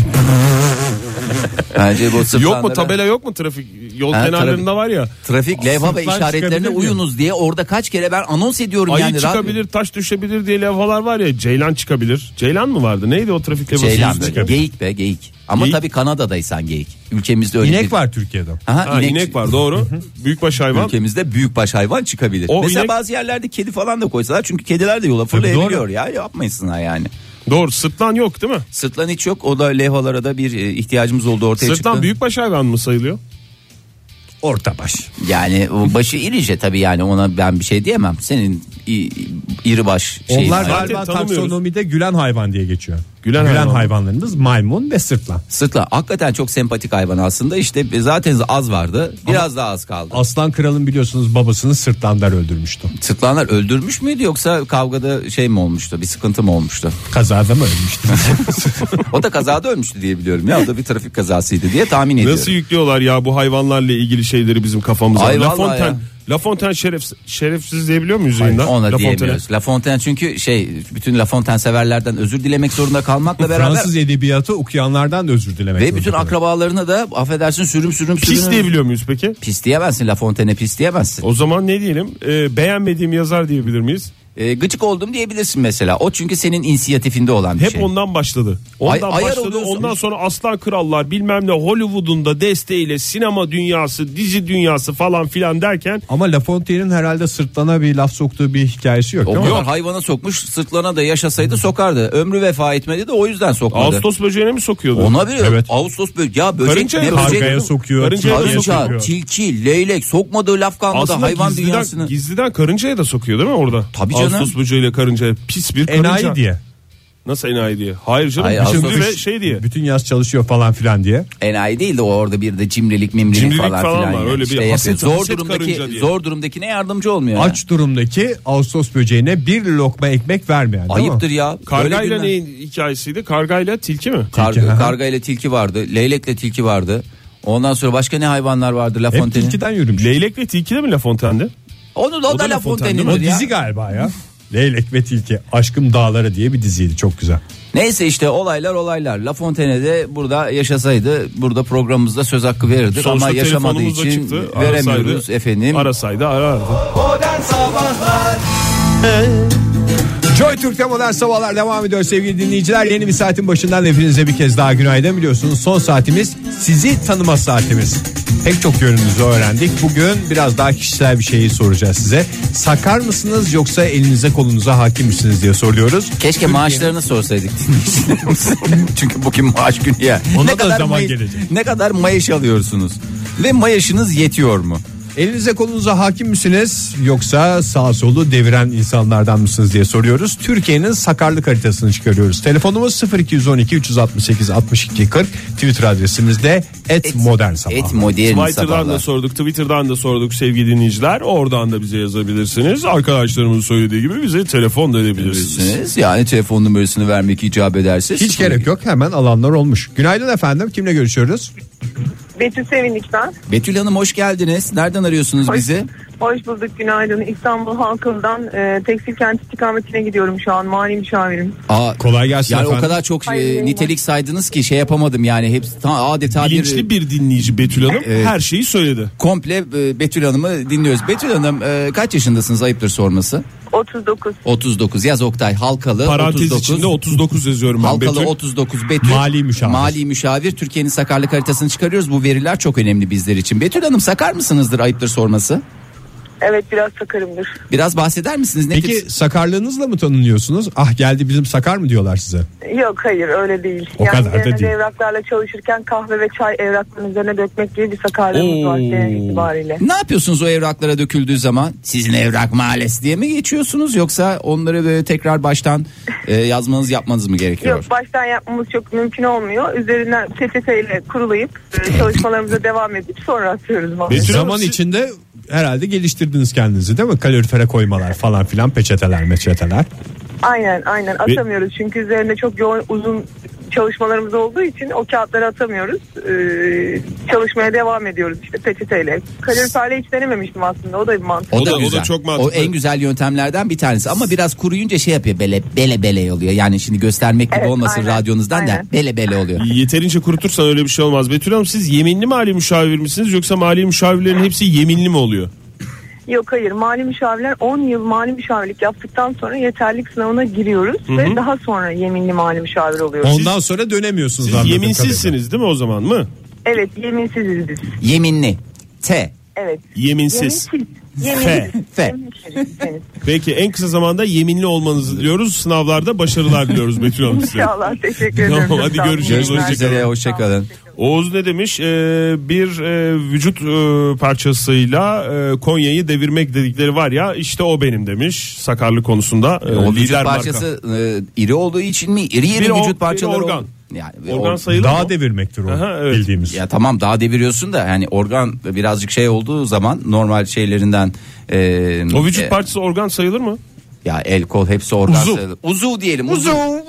Bence bu Yok sırtlanlara- mu, tabela yok mu trafik yol Ha, kenarlarında tabii. var ya. Trafik levha ve Sırtlan işaretlerine çıkabilir mi? uyunuz diye orada kaç kere ben anons ediyorum Ayı yani. çıkabilir, radyo- taş düşebilir diye levhalar var ya. Ceylan çıkabilir. Ceylan mı vardı? Neydi o trafik levhası? Ceylan Yüzde böyle. çıkabilir. Geyik be geyik. Ama Geyik. tabii Kanada'daysan geyik. Ülkemizde öyle İnek bir... var Türkiye'de. Aha, Ha, inek, var doğru. Büyükbaş hayvan. Ülkemizde büyükbaş hayvan çıkabilir. O Mesela inek- bazı yerlerde kedi falan da koysalar, çünkü kediler de yola fırlayabiliyor ya, yapmayısınlar yani. Doğru, sırtlan yok değil mi? Sırtlan hiç yok, o da levhalara da bir e, ihtiyacımız oldu ortaya Sırtlan çıktı. büyükbaş hayvan mı sayılıyor? Orta baş. Yani o başı irice tabii, yani ona ben bir şey diyemem. Senin i- iri baş şeyin. Onlar hayvan. galiba tanımıyoruz. taksonomide gülen hayvan diye geçiyor. Gülen Gülen, hayvan. hayvanlarımız maymun ve sırtlan. Sırtlan hakikaten çok sempatik hayvan aslında, işte zaten az vardı, biraz daha az kaldı. Aslan kralın biliyorsunuz babasını sırtlanlar öldürmüştü. Sırtlanlar öldürmüş müydü, yoksa kavgada şey mi olmuştu, bir sıkıntı mı olmuştu? Kazada mı ölmüştü? O da kazada ölmüştü diye biliyorum ya, o da bir trafik kazasıydı diye tahmin ediyorum. Nasıl yüklüyorlar ya bu hayvanlarla ilgili şeyleri bizim kafamıza? Ay La vallahi Fontaine, ya. La Fontaine şeref, şerefsiz diyebiliyor muyuz yayında? Ona La Fontaine'e. diyemiyoruz. La Fontaine çünkü şey, bütün La Fontaine severlerden özür dilemek zorunda kalmakla beraber Fransız edebiyatı okuyanlardan da özür dilemek. ve zorunda bütün kalıyor. akrabalarına da affedersin sürüm sürüm sürüm. Pis diyebiliyor muyuz peki? Pis diyemezsin, La Fontaine'e pis diyemezsin. O zaman ne diyelim? Ee, beğenmediğim yazar diyebilir miyiz? E, gıcık oldum diyebilirsin mesela. O çünkü senin inisiyatifinde olan bir Hep şey. ondan başladı. Ondan Ay- ayar başladı. oluyorsun. Ondan sonra Aslan Krallar bilmem ne Hollywood'un da desteğiyle sinema dünyası, dizi dünyası falan filan derken Ama La Fontaine'in herhalde sırtlana bir laf soktuğu bir hikayesi yok O değil mi? kadar hayvana sokmuş, sırtlana da yaşasaydı sokardı. Ömrü vefa etmedi de o yüzden sokmadı. Ağustos böceğine mi sokuyordu? Ona bir Evet. Ağustos böcek ya, böcek Karınca ne ya, böcek? Kargaya sokuyor. Karıncaya da tilkiye Karınca, sokuyor. tilki, leylek sokmadığı laf kalmadı Aslında hayvan gizliden, dünyasını. gizliden karıncaya da sokuyor değil mi orada? Tabii canım. Ağustos böceğiyle karıncaya pis bir karınca. Enayi diye. Nasıl enayi diye? Hayır canım. Hayır, bütün Ağustos- ve şey diye. Bütün yaz çalışıyor falan filan diye. Enayi değil de o orada bir de cimrilik mimrilik Cimrilik falan, falan filan. var, yani. öyle bir İşte haset- yapıyor. zor haset durumdaki karınca diye. zor durumdakine yardımcı olmuyor. yani. Aç durumdaki Ağustos böceğine bir lokma ekmek vermeyen. değil mi? Ayıptır ya. Kargayla Böyle günler- neyin hikayesiydi? Kargayla tilki mi? Karga, Tilki, aha. karga ile tilki vardı. Leylekle tilki vardı. Ondan sonra başka ne hayvanlar vardı? La Hep Fontaine'in. tilkiden yürümüş. Leylek ve tilki de mi La Fontaine'de? Onu da, o O da da La La Fontaine'de. O Fontaine'indir ya. dizi galiba ya. Leylek ve Tilki. Aşkım Dağları diye bir diziydi. Çok güzel. Neyse işte olaylar olaylar. La Fontaine'de burada yaşasaydı burada programımızda söz hakkı verirdik Sonuçta ama yaşamadığı telefonumuz da için çıktı. veremiyoruz Arasaydı- efendim. Arasaydı arardı. Modern Sabahlar Joy Türk'te modern sabahlar devam ediyor sevgili dinleyiciler. Yeni bir saatin başından hepinize bir kez daha günaydın. Biliyorsunuz son saatimiz sizi tanıma saatimiz. Pek çok yönünüzü öğrendik. Bugün biraz daha kişisel bir şeyi soracağız size. Sakar mısınız yoksa elinize kolunuza hakim misiniz diye soruyoruz. Keşke maaşlarını sorsaydık dinleyicilerimiz. Çünkü bugün maaş günü ya. Ona da zaman may- gelecek. ne kadar maaş alıyorsunuz? Ve maaşınız yetiyor mu? Elinize kolunuza hakim misiniz yoksa sağ solu deviren insanlardan mısınız diye soruyoruz. Türkiye'nin sakarlık haritasını çıkarıyoruz. Telefonumuz sıfır iki on iki üç altı sekiz altmış iki kırk. Twitter adresimizde et modern sabah. Et modern Twitter'dan sabahlar. da sorduk, Twitter'dan da sorduk sevgili dinleyiciler. Oradan da bize yazabilirsiniz. Arkadaşlarımın söylediği gibi bize telefon da edebilirsiniz. Yani telefon numarasını vermek icap ederse. Hiç gerek yok, hemen alanlar olmuş. Günaydın efendim, kimle görüşüyoruz? Betül Sevindik ben. Betül Hanım hoş geldiniz. Nereden arıyorsunuz Hoş, bizi? hoş bulduk, günaydın. İstanbul Halkım'dan e, tekstil kent istikametine gidiyorum şu an. Mali müşavirim. Aa, Kolay gelsin yani efendim. o kadar çok Hayır, e, nitelik saydınız ki şey yapamadım yani hepsi ta, adeta Bilinçli bir bir dinleyici Betül Hanım Evet. her şeyi söyledi. komple e, Betül Hanım'ı dinliyoruz. Betül Hanım e, kaç yaşındasınız ayıptır sorması? otuz dokuz. otuz dokuz yaz Oktay Halkalı Parantez otuz dokuz. içinde otuz dokuz yazıyorum ben Halkalı Betül. otuz dokuz Betül. Mali müşavir. Mali müşavir Türkiye'nin sakarlık haritasını çıkarıyoruz. Bu veriler çok önemli bizler için. Betül Hanım sakar mısınızdır ayıptır sorması? Evet, biraz sakarımdır. Biraz bahseder misiniz? Ne Peki tip- sakarlığınızla mı tanınıyorsunuz? Ah geldi bizim sakar mı diyorlar size? Yok, hayır, öyle değil. O yani kadar da genelde değil. evraklarla çalışırken kahve ve çay evrakların üzerine dökmek gibi bir sakarlığımız var Oo. genel itibariyle. Ne yapıyorsunuz o evraklara döküldüğü zaman? Sizin evrak mahallesi diye mi geçiyorsunuz yoksa onları böyle tekrar baştan e, yazmanız yapmanız mı gerekiyor? Yok, baştan yapmamız çok mümkün olmuyor. Üzerinden peçeteyle kurulayıp e, çalışmalarımıza devam edip sonra atıyoruz. maalesef. Betül Hanım, Zaman siz- içinde herhalde geliştirdiniz kendinizi değil mi? Kalorifere koymalar falan filan, peçeteler meçeteler. Aynen aynen atamıyoruz çünkü üzerinde çok yoğun uzun çalışmalarımız olduğu için o kağıtları atamıyoruz. Ee, çalışmaya devam ediyoruz işte peçeteyle. Kaloriferle hiç denememiştim aslında, o da bir mantık. O da- o da güzel. çok mantıklı. O en güzel yöntemlerden bir tanesi ama biraz kuruyunca şey yapıyor bele bele bele oluyor. Yani şimdi göstermek gibi Evet, olmasın aynen, radyonuzdan da aynen. bele bele oluyor. Yeterince kurutursan öyle bir şey olmaz. Betül Hanım, siz yeminli mali müşavir misiniz yoksa mali müşavirlerin hepsi yeminli mi oluyor? Yok, hayır, mali müşavirler on yıl mali müşavirlik yaptıktan sonra yeterlilik sınavına giriyoruz ve daha sonra yeminli mali müşavir oluyoruz. Ondan sonra dönemiyorsunuz. Siz anladığım yeminsizsiniz değil mi o zaman mı? Evet, yeminsiziz biz. Yeminli. T. Evet. Yeminsiz. Yeminsiz. F. Yeminsiz. F. Yeminsiz. Evet. Peki en kısa zamanda yeminli olmanızı diliyoruz. Sınavlarda başarılar diliyoruz Betül Hanım size. İnşallah, teşekkür ederim. Tamam, Çok hadi sağ olun. görüşürüz. Görüşmek Hoşçakalın. üzere hoşçakalın. Oğuz ne demiş? Ee, bir e, vücut e, parçasıyla e, Konya'yı devirmek dedikleri var ya, işte o benim demiş sakarlık konusunda. E, O vücut lider parçası e, iri olduğu için mi? İri iri Bir o- vücut bir parçaları organ. oldu. Yani marka. Organ o- sayılır Dağ mı? devirmektir o Aha, evet. bildiğimiz. ya tamam daha deviriyorsun da yani organ birazcık şey olduğu zaman normal şeylerinden e, O vücut e, parçası organ sayılır mı? ya el kol hepsi organ Uzuv. sayılır. Uzuv diyelim. Uzuv.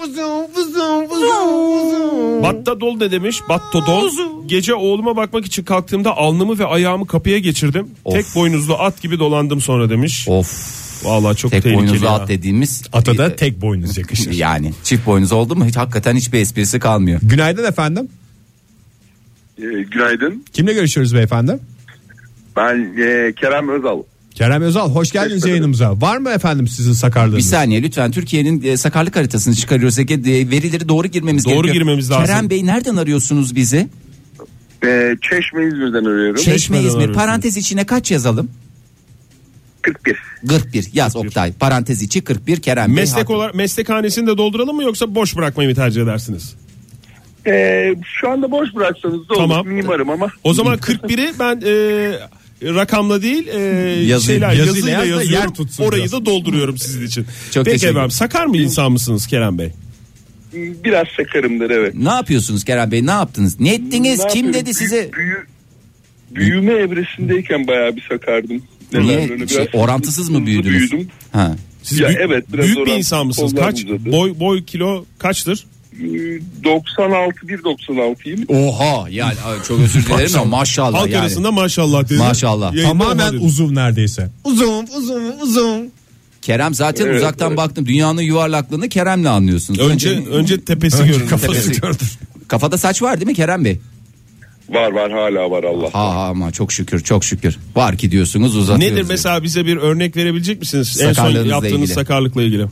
Batta dol ne demiş? Batto dol. Gece oğluma bakmak için kalktığımda alnımı ve ayağımı kapıya geçirdim. Of. Tek boynuzlu at gibi dolandım sonra demiş. Of. Vallahi çok Tek tehlikeli boynuzlu ya. at dediğimiz Ata da e, tek boynuz yakışır. yani çift boynuz oldu mu hiç hakikaten hiçbir esprisi kalmıyor. Günaydın efendim. Ee, günaydın. Kimle görüşüyoruz beyefendi? Ben e, Kerem Özal. Kerem Özal, hoş geldiniz Teşekkür ederim. yayınımıza. Var mı efendim sizin sakarlığınız? Bir saniye lütfen Türkiye'nin e, sakarlık haritasını çıkarıyoruz. Ege, e, verileri doğru girmemiz Doğru gerekiyor. girmemiz lazım. Kerem Bey nereden arıyorsunuz bizi? Ee, Çeşme İzmir'den arıyorum. Çeşme Çeşme'den İzmir. arıyorsunuz. Parantez içine kaç yazalım? kırk bir. kırk bir yaz Oktay. Parantez içi kırk bir Kerem Bey. Meslek haklı. olarak meslekhanesini de dolduralım mı yoksa boş bırakmayı mı tercih edersiniz? Ee, şu anda boş bıraksanız da olur. Tamam. Mimarım ama. O zaman kırk biri ben e, rakamla değil e, Yazı- şeyler yazıyla yazıyla yaz da yazıyorum. yer tutsun Orayı biraz. da dolduruyorum sizin için. Çok Peki teşekkür efendim, sakar mı insan mısınız Kerem Bey? Biraz sakarımdır, evet. Ne yapıyorsunuz Kerem Bey, ne yaptınız? Ne ettiniz? Ne Kim yapıyorum? dedi size? Büyü, büyüme evresindeyken bayağı bir sakardım. Niye? Biraz Şey, orantısız mı büyüdünüz? Büyüdüm. Ha. Siz Ya büyük, evet, biraz büyük bir oran- insan mısınız? kollar Kaç uzadı. boy boy kilo kaçtır? doksan altı bir doksan altıyım. Oha yani çok özür dilerim ama maşallah Halk yani. arasında maşallah dedi. Maşallah. Yayında Tamamen olmadı. uzun neredeyse. Uzun uzun uzun. Kerem zaten Evet, uzaktan evet. baktım dünyanın yuvarlaklığını Kerem'le anlıyorsunuz. Önce önce tepesi Önce görünür. kafası Tepesi. gördür. Kafada saç var değil mi Kerem Bey? Var var, hala var Allah. Ha ha ama çok şükür çok şükür. Var ki diyorsunuz, uzatıyoruz. Nedir mesela, bize bir örnek verebilecek misiniz? En son Sakarlığınızla yaptığınız ilgili. sakarlıkla ilgili.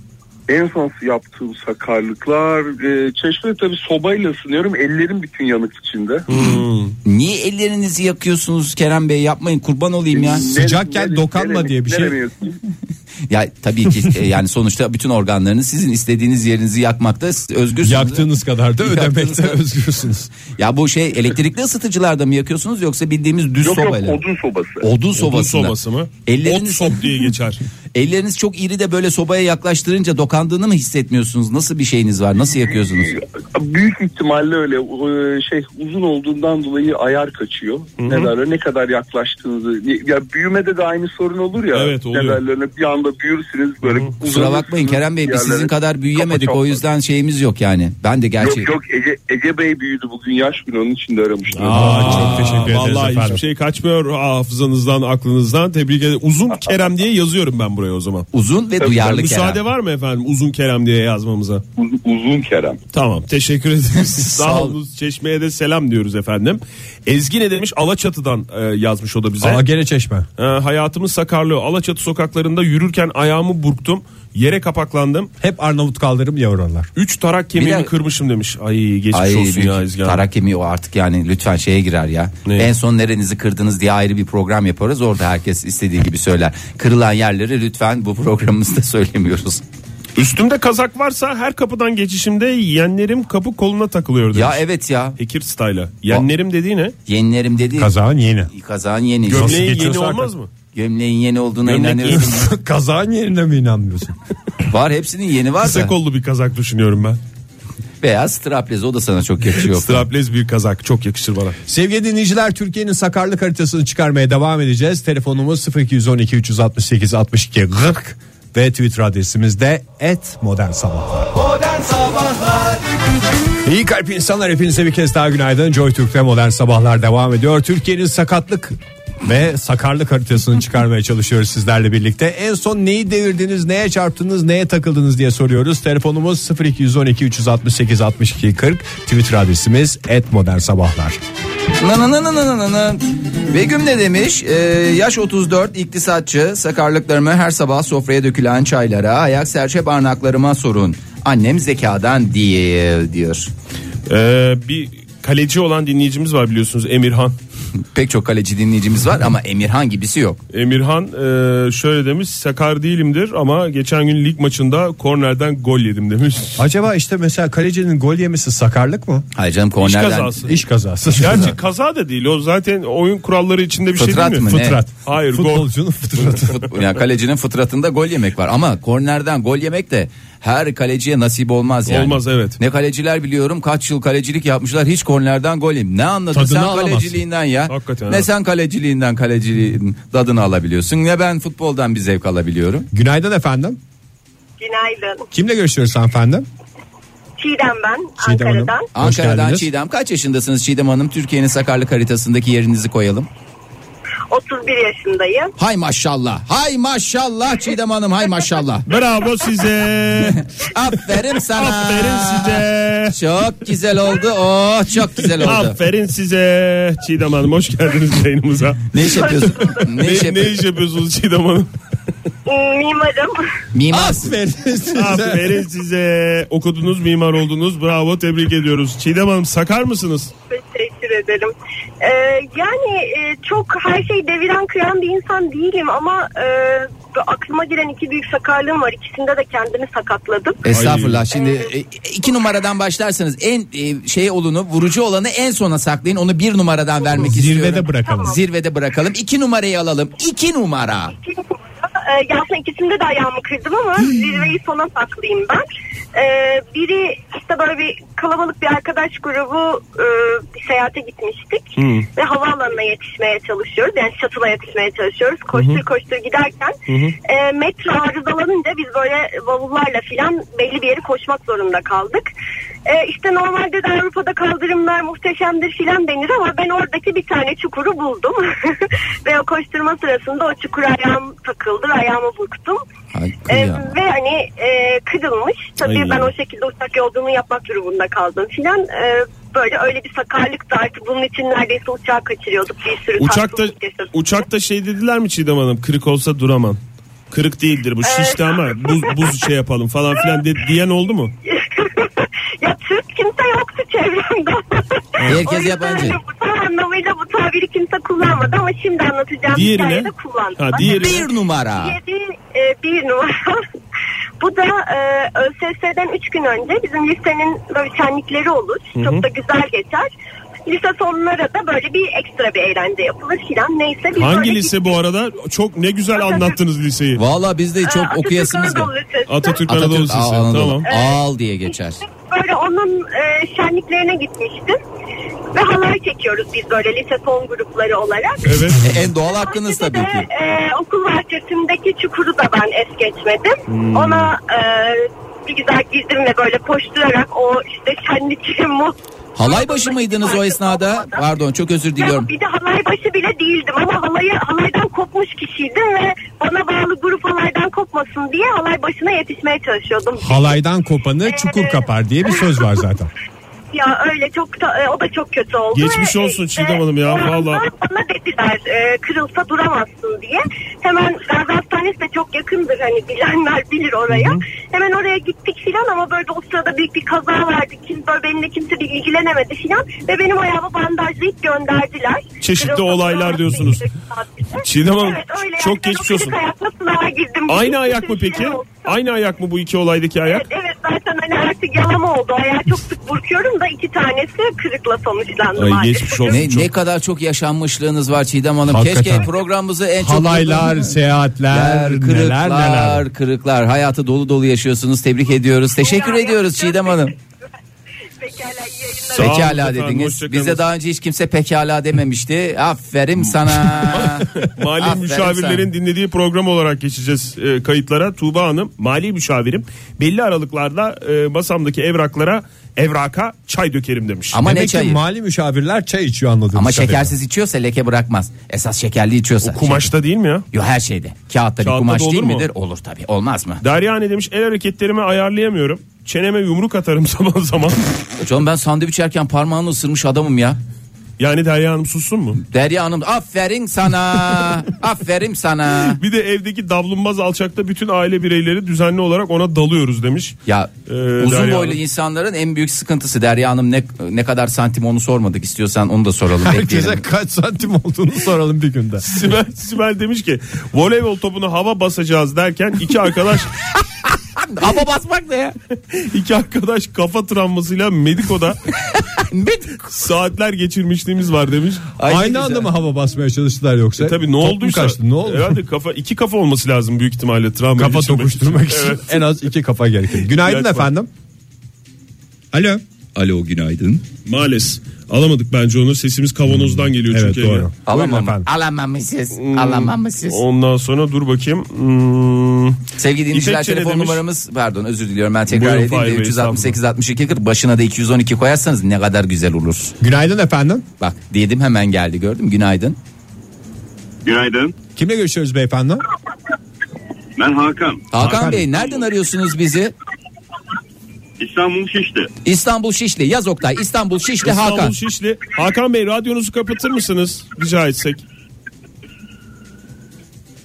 En son yaptığım sakarlıklar, e, çeşmede tabii sobayla ısınıyorum, ellerim bütün yanık içinde. Niye ellerinizi yakıyorsunuz Kerem Bey, yapmayın kurban olayım ya. Sıcakken dokanma diye bir şey. Nereye- Ya tabii ki e, yani sonuçta bütün organlarınız sizin istediğiniz yerinizi yakmakta özgürsünüz. Yaktığınız kadar da Yaktığınız ödemekte kadar. özgürsünüz. Ya bu şey elektrikli ısıtıcılarda mı yakıyorsunuz yoksa bildiğimiz düz Yok yok, sobayla? odun sobası. Odun Odun sobasında. sobası mı? Elleriniz- Ot sop diye geçer. Elleriniz çok iri de böyle sobaya yaklaştırınca dokandığını mı hissetmiyorsunuz? Nasıl bir şeyiniz var? Nasıl yakıyorsunuz? Büyük ihtimalle öyle, e, şey uzun olduğundan dolayı ayar kaçıyor. Ne derler, ne kadar yaklaştığınızı. Ya büyümede de aynı sorun olur ya. Evet, oluyor. Ne derler, bir anda büyürsünüz böyle. Kusura uzanırsınız bakmayın Kerem Bey, biz yerlere. sizin kadar büyüyemedik, Kafa o çapraz. yüzden şeyimiz yok yani. Ben de gerçi Yok yok, Ege, Ege Bey büyüdü bugün, yaş günü, onun için de aramıştım. Aa, çok teşekkür ederiz vallahi efendim. hiçbir şey kaçmıyor hafızanızdan, aklınızdan. Tebrik ederim. Uzun Kerem diye yazıyorum ben buraya o zaman. uzun ve duyarlı Müsaade Kerem. var mı efendim uzun Kerem diye yazmamıza? Uz- uzun Kerem. Tamam, teşekkür ederiz. Sağ Sağ olun. olun. Çeşme'ye de selam diyoruz efendim. Ezgi ne demiş? Alaçatı'dan e, yazmış o da bize. Aa, gene çeşme. E, hayatımın sakarlığı, Alaçatı sokaklarında yürürken ayağımı burktum. Yere kapaklandım. Hep Arnavut kaldırım ya oralar. Üç tarak kemiğimi Bir de- kırmışım demiş. Ay geçmiş Ay, olsun büyük ya Ezgi Hanım. tarak kemiği o artık yani, lütfen şeye girer ya. Ne? En son nerenizi kırdınız diye ayrı bir program yaparız. Orada herkes istediği gibi söyler. Kırılan yerleri lütfen bu programımızda söylemiyoruz. Üstümde kazak varsa her kapıdan geçişimde yeğenlerim kapı koluna takılıyor demiş. Ya evet ya. Hekir style'a. Yeğenlerim dediği ne? Yenilerim dedi. Kazağın yeni. Kazağın yeni. Gömleğin Nasıl yeni geçiyorsa olmaz arkadaş. mı? Gömleğin yeni olduğuna Gömlek inanıyorum. Kazağın yerine mi inanmıyorsun? Var, hepsinin yeni var Kısa da. kollu bir kazak düşünüyorum ben. Veya strapless, o da sana çok yakışıyor. Strapless bir kazak çok yakışır bana. Sevgili dinleyiciler, Türkiye'nin sakarlık haritasını çıkarmaya devam edeceğiz. Telefonumuz sıfır iki on iki üç altı sekiz altmış iki kırk ve Twitter adresimiz de et modern sabahlar. Modern Sabahlar İyi kalp insanlar, hepinize bir kez daha günaydın. Joy Türk'te modern sabahlar devam ediyor. Türkiye'nin sakatlık ve sakarlık haritasını çıkarmaya çalışıyoruz sizlerle birlikte. En son neyi devirdiniz, neye çarptınız, neye takıldınız diye soruyoruz. Telefonumuz sıfır iki on iki üç altı sekiz altmış iki kırk. Twitter adresimiz et modern sabahlar. Nanananananana. Begüm ne demiş? Ee, yaş otuz dört, iktisatçı. Sakarlıklarımı her sabah sofraya dökülen çaylara, ayak serçe barnaklarıma sorun. Annem zekadan diye diyor. Ee, bir kaleci olan dinleyicimiz var biliyorsunuz, Emirhan. Pek çok kaleci dinleyicimiz var ama Emirhan gibisi yok. Emirhan e, şöyle demiş: sakar değilimdir ama geçen gün lig maçında kornerden gol yedim demiş. Acaba işte mesela kalecinin gol yemesi sakarlık mı? Hayır canım, İş kornerden. kazası. İş kazası. Gerçi kaza da değil, o zaten oyun kuralları içinde bir Fıtrat şey değil mi? mı ne? Fıtrat. Hayır, gol. Futbolcunun fıtratı. Fut- yani kalecinin fıtratında gol yemek var ama kornerden gol yemek de her kaleciye nasip olmaz yani. Olmaz, evet. Ne kaleciler biliyorum, kaç yıl kalecilik yapmışlar, hiç kornerden gol yem. Ne anladın Tadını sen alamazsın. kaleciliğinden ya? Hakikaten, ne evet. sen kaleciliğinden kaleciliğin tadını alabiliyorsun, ne ben futboldan bir zevk alabiliyorum. Günaydın efendim. Günaydın. Kimle görüşüyoruz hanımefendi? Çiğdem ben, Çiğdem Hanım. Ankara'dan. Hoş Ankara'dan geldiniz. Çiğdem, kaç yaşındasınız Çiğdem Hanım? Türkiye'nin sakarlık haritasındaki yerinizi koyalım. otuz bir yaşındayım. Hay maşallah, hay maşallah Çiğdem Hanım, hay maşallah. Bravo size. Aferin sana. Aferin size. Çok güzel oldu. Oh, çok güzel oldu. Aferin size. Çiğdem Hanım, hoş geldiniz yayınımıza. Ne iş yapıyorsun? Ne, Ne, iş ne yapıyorsun? iş yapıyorsunuz Çiğdem Hanım? Hmm, Mimarım. Mimarsın. Aferin size. Okudunuz, mimar oldunuz. Bravo, tebrik ediyoruz. Çiğdem Hanım, sakar mısınız? Teşekkür ederim. Ee, yani e, çok her şeyi deviren kıran bir insan değilim ama e, aklıma giren iki büyük sakarlığım var. İkisinde de kendimi sakatladım. Estağfurullah. Şimdi e, iki numaradan başlarsanız en e, şey olunu, vurucu olanı en sona saklayın. Onu bir numaradan vermek istiyorum. Zirvede bırakalım. Zirvede bırakalım. İki numarayı alalım. İki numara. İki numara, e, aslında ikisinde de ayağımı kırdım ama zirveyi sona saklayayım ben. E, biri işte böyle bir kalabalık bir arkadaş grubu e, bir seyahate gitmiştik. Hmm. Ve havaalanına yetişmeye çalışıyoruz. Yani shuttle'a yetişmeye çalışıyoruz. Koştur hmm. koştur giderken hmm. e, metro arızalanınca biz böyle bavullarla filan belli bir yere koşmak zorunda kaldık. E, işte normalde de Avrupa'da kaldırımlar muhteşemdir filan denir ama ben oradaki bir tane çukuru buldum. Ve o koşturma sırasında o çukura ayağım takıldı, ayağımı burktum. Ee, ve hani e, kırılmış. Tabii Ay ben ya. o şekilde uçak yolculuğunu yapmak durumunda kaldım filan. Ee, böyle öyle bir sakarlık da artık bunun için neredeyse uçağı kaçırıyorduk. Bir sürü uçakta uçakta şey dediler mi Çiğdem Hanım? Kırık olsa duramam. Kırık değildir bu şişti ama buz, buz şey yapalım falan filan de, diyen oldu mu? Ya Türk kimse yoktu çevremde. Herkes yabancı. Bu tam anlamıyla bu tabiri kimse kullanmadı ama şimdi anlatacağım hikayede kullandım. Ha, diğeri bir numara. Diğeri e, bir numara. Bu da e, ÖSS'den üç gün önce bizim lisenin böyle şenlikleri olur. Hı-hı. Çok da güzel geçer. Lise sonlara da böyle bir ekstra bir eğlence yapılır filan. Neyse. Biz hangi lise bu arada? Çok ne güzel anlattınız liseyi. Valla biz de çok ee, okuyasınız da. Atatürk Anadolu Lisesi. Tamam. Ağal diye geçer. Böyle onun e, şenliklerine gitmiştim. Ve halay çekiyoruz biz böyle lise son grupları olarak. Evet. E, en doğal hakkınız tabii ki. E, okul bahçesindeki çukuru da ben es geçmedim. Hmm. Ona e, bir güzel girdim ve böyle koşturarak o işte şenlik mu halay başı mıydınız o esnada? Pardon çok özür diliyorum. Bir de halay başı bile değildim ama halayı, halaydan kopmuş kişiydim ve bana bağlı grup halaydan kopmasın diye halay başına yetişmeye çalışıyordum. Halaydan kopanı çukur kapar diye bir söz var zaten. Ya öyle çok da, o da çok kötü oldu. Geçmiş olsun işte, Çiğdem Hanım ya valla. Bana dediler e, kırılsa duramazsın diye. Hemen Gazi Hastanesi de çok yakındır hani bilenler bilir oraya. Hı-hı. Hemen oraya gittik filan ama böyle o sırada büyük bir kaza vardı. Kim, böyle benimle kimse bir ilgilenemedi filan. Ve benim ayağımı bandajlayıp gönderdiler. Çeşitli kırılsa olaylar diyorsunuz. Çiğdem Hanım evet, öyle çok yani geçmiş olsun. Aynı ayak mı peki? Aynı ayak mı bu iki olaydaki ayak? Evet, evet zaten hani artık yalama oldu. Ayağı çok sık burkuyorum da iki tanesi kırıkla sonuçlandı. Ay, geçmiş olsun. Ne, ne kadar çok yaşanmışlığınız var Çiğdem Hanım. Hakikaten. Keşke programımızı en çok... Halaylar, seyahatler, kırıklar, neler neler. Kırıklar. Hayatı dolu dolu yaşıyorsunuz. Tebrik ediyoruz. Teşekkür ya, ediyoruz Çiğdem Hanım. Pekala, iyi yayınlar. Pekala dediniz. Bize daha önce hiç kimse pekala dememişti. Aferin sana. Mali Aferin müşavirlerin sana. Dinlediği program olarak geçeceğiz e, kayıtlara. Tuğba Hanım, mali müşavirim. Belli aralıklarla e, masamdaki evraklara evraka çay dökerim demiş. Ama demek ne çayı? Mali müşavirler çay içiyor anladığım. Ama şekersiz içiyorsa leke bırakmaz. Esas şekerli içiyorsa. O kumaşta şeyde. Değil mi ya? Yok her şeyde. Kağıtta, Kağıtta bir kumaş değil mu? Midir? Olur tabii. Olmaz mı? Derya ne demiş? El hareketlerimi ayarlayamıyorum. Çeneme yumruk atarım zaman zaman. Hocam ben sandviç yerken parmağını ısırmış adamım ya. Yani Derya Hanım sussun mu? Derya Hanım aferin sana. Aferin sana. Bir de evdeki davlumbaz alçakta bütün aile bireyleri düzenli olarak ona dalıyoruz demiş. Ya ee, uzun Derya boylu Hanım. İnsanların en büyük sıkıntısı Derya Hanım ne ne kadar santim onu sormadık. İstiyorsan onu da soralım. Herkese kaç santim olduğunu soralım bir günde. Sibel, Sibel demiş ki voleybol topunu hava basacağız derken iki arkadaş... Hava basmak ne ya? İki arkadaş kafa travmasıyla Mediko'da saatler geçirmişliğimiz var demiş. Ay, aynı anda mı hava basmaya çalıştılar yoksa? E tabii ne olduysa. Kaçtı, ne oldu? Herhalde kafa iki kafa olması lazım büyük ihtimalle travma. Kafa tokuşturmak için, için evet. En az iki kafa gerekir. Günaydın İlaç efendim. Var. Alo. Alo günaydın. Maalesef alamadık bence onu. Sesimiz kavanozdan geliyor evet, çünkü. Doğru. Alamam. Alamamışız. Hmm. Alamamışız. Ondan sonra dur bakayım. Hmm. Sevgili dinleyiciler telefon demiş? Numaramız pardon özür diliyorum ben tekrar Buyurun, edeyim. üç yüz altmış sekiz altmış iki kırk başına da iki yüz on iki koyarsanız ne kadar güzel olur. Günaydın efendim. Bak dedim hemen geldi gördüm. Günaydın. Günaydın. Kimle görüşüyoruz beyefendi? Ben Hakan. Hakan, Hakan Bey nereden arıyorsunuz bizi? İstanbul Şişli. İstanbul Şişli. Yaz Oktay. İstanbul Şişli İstanbul Hakan. İstanbul Şişli. Hakan Bey radyonuzu kapatır mısınız? Rica etsek.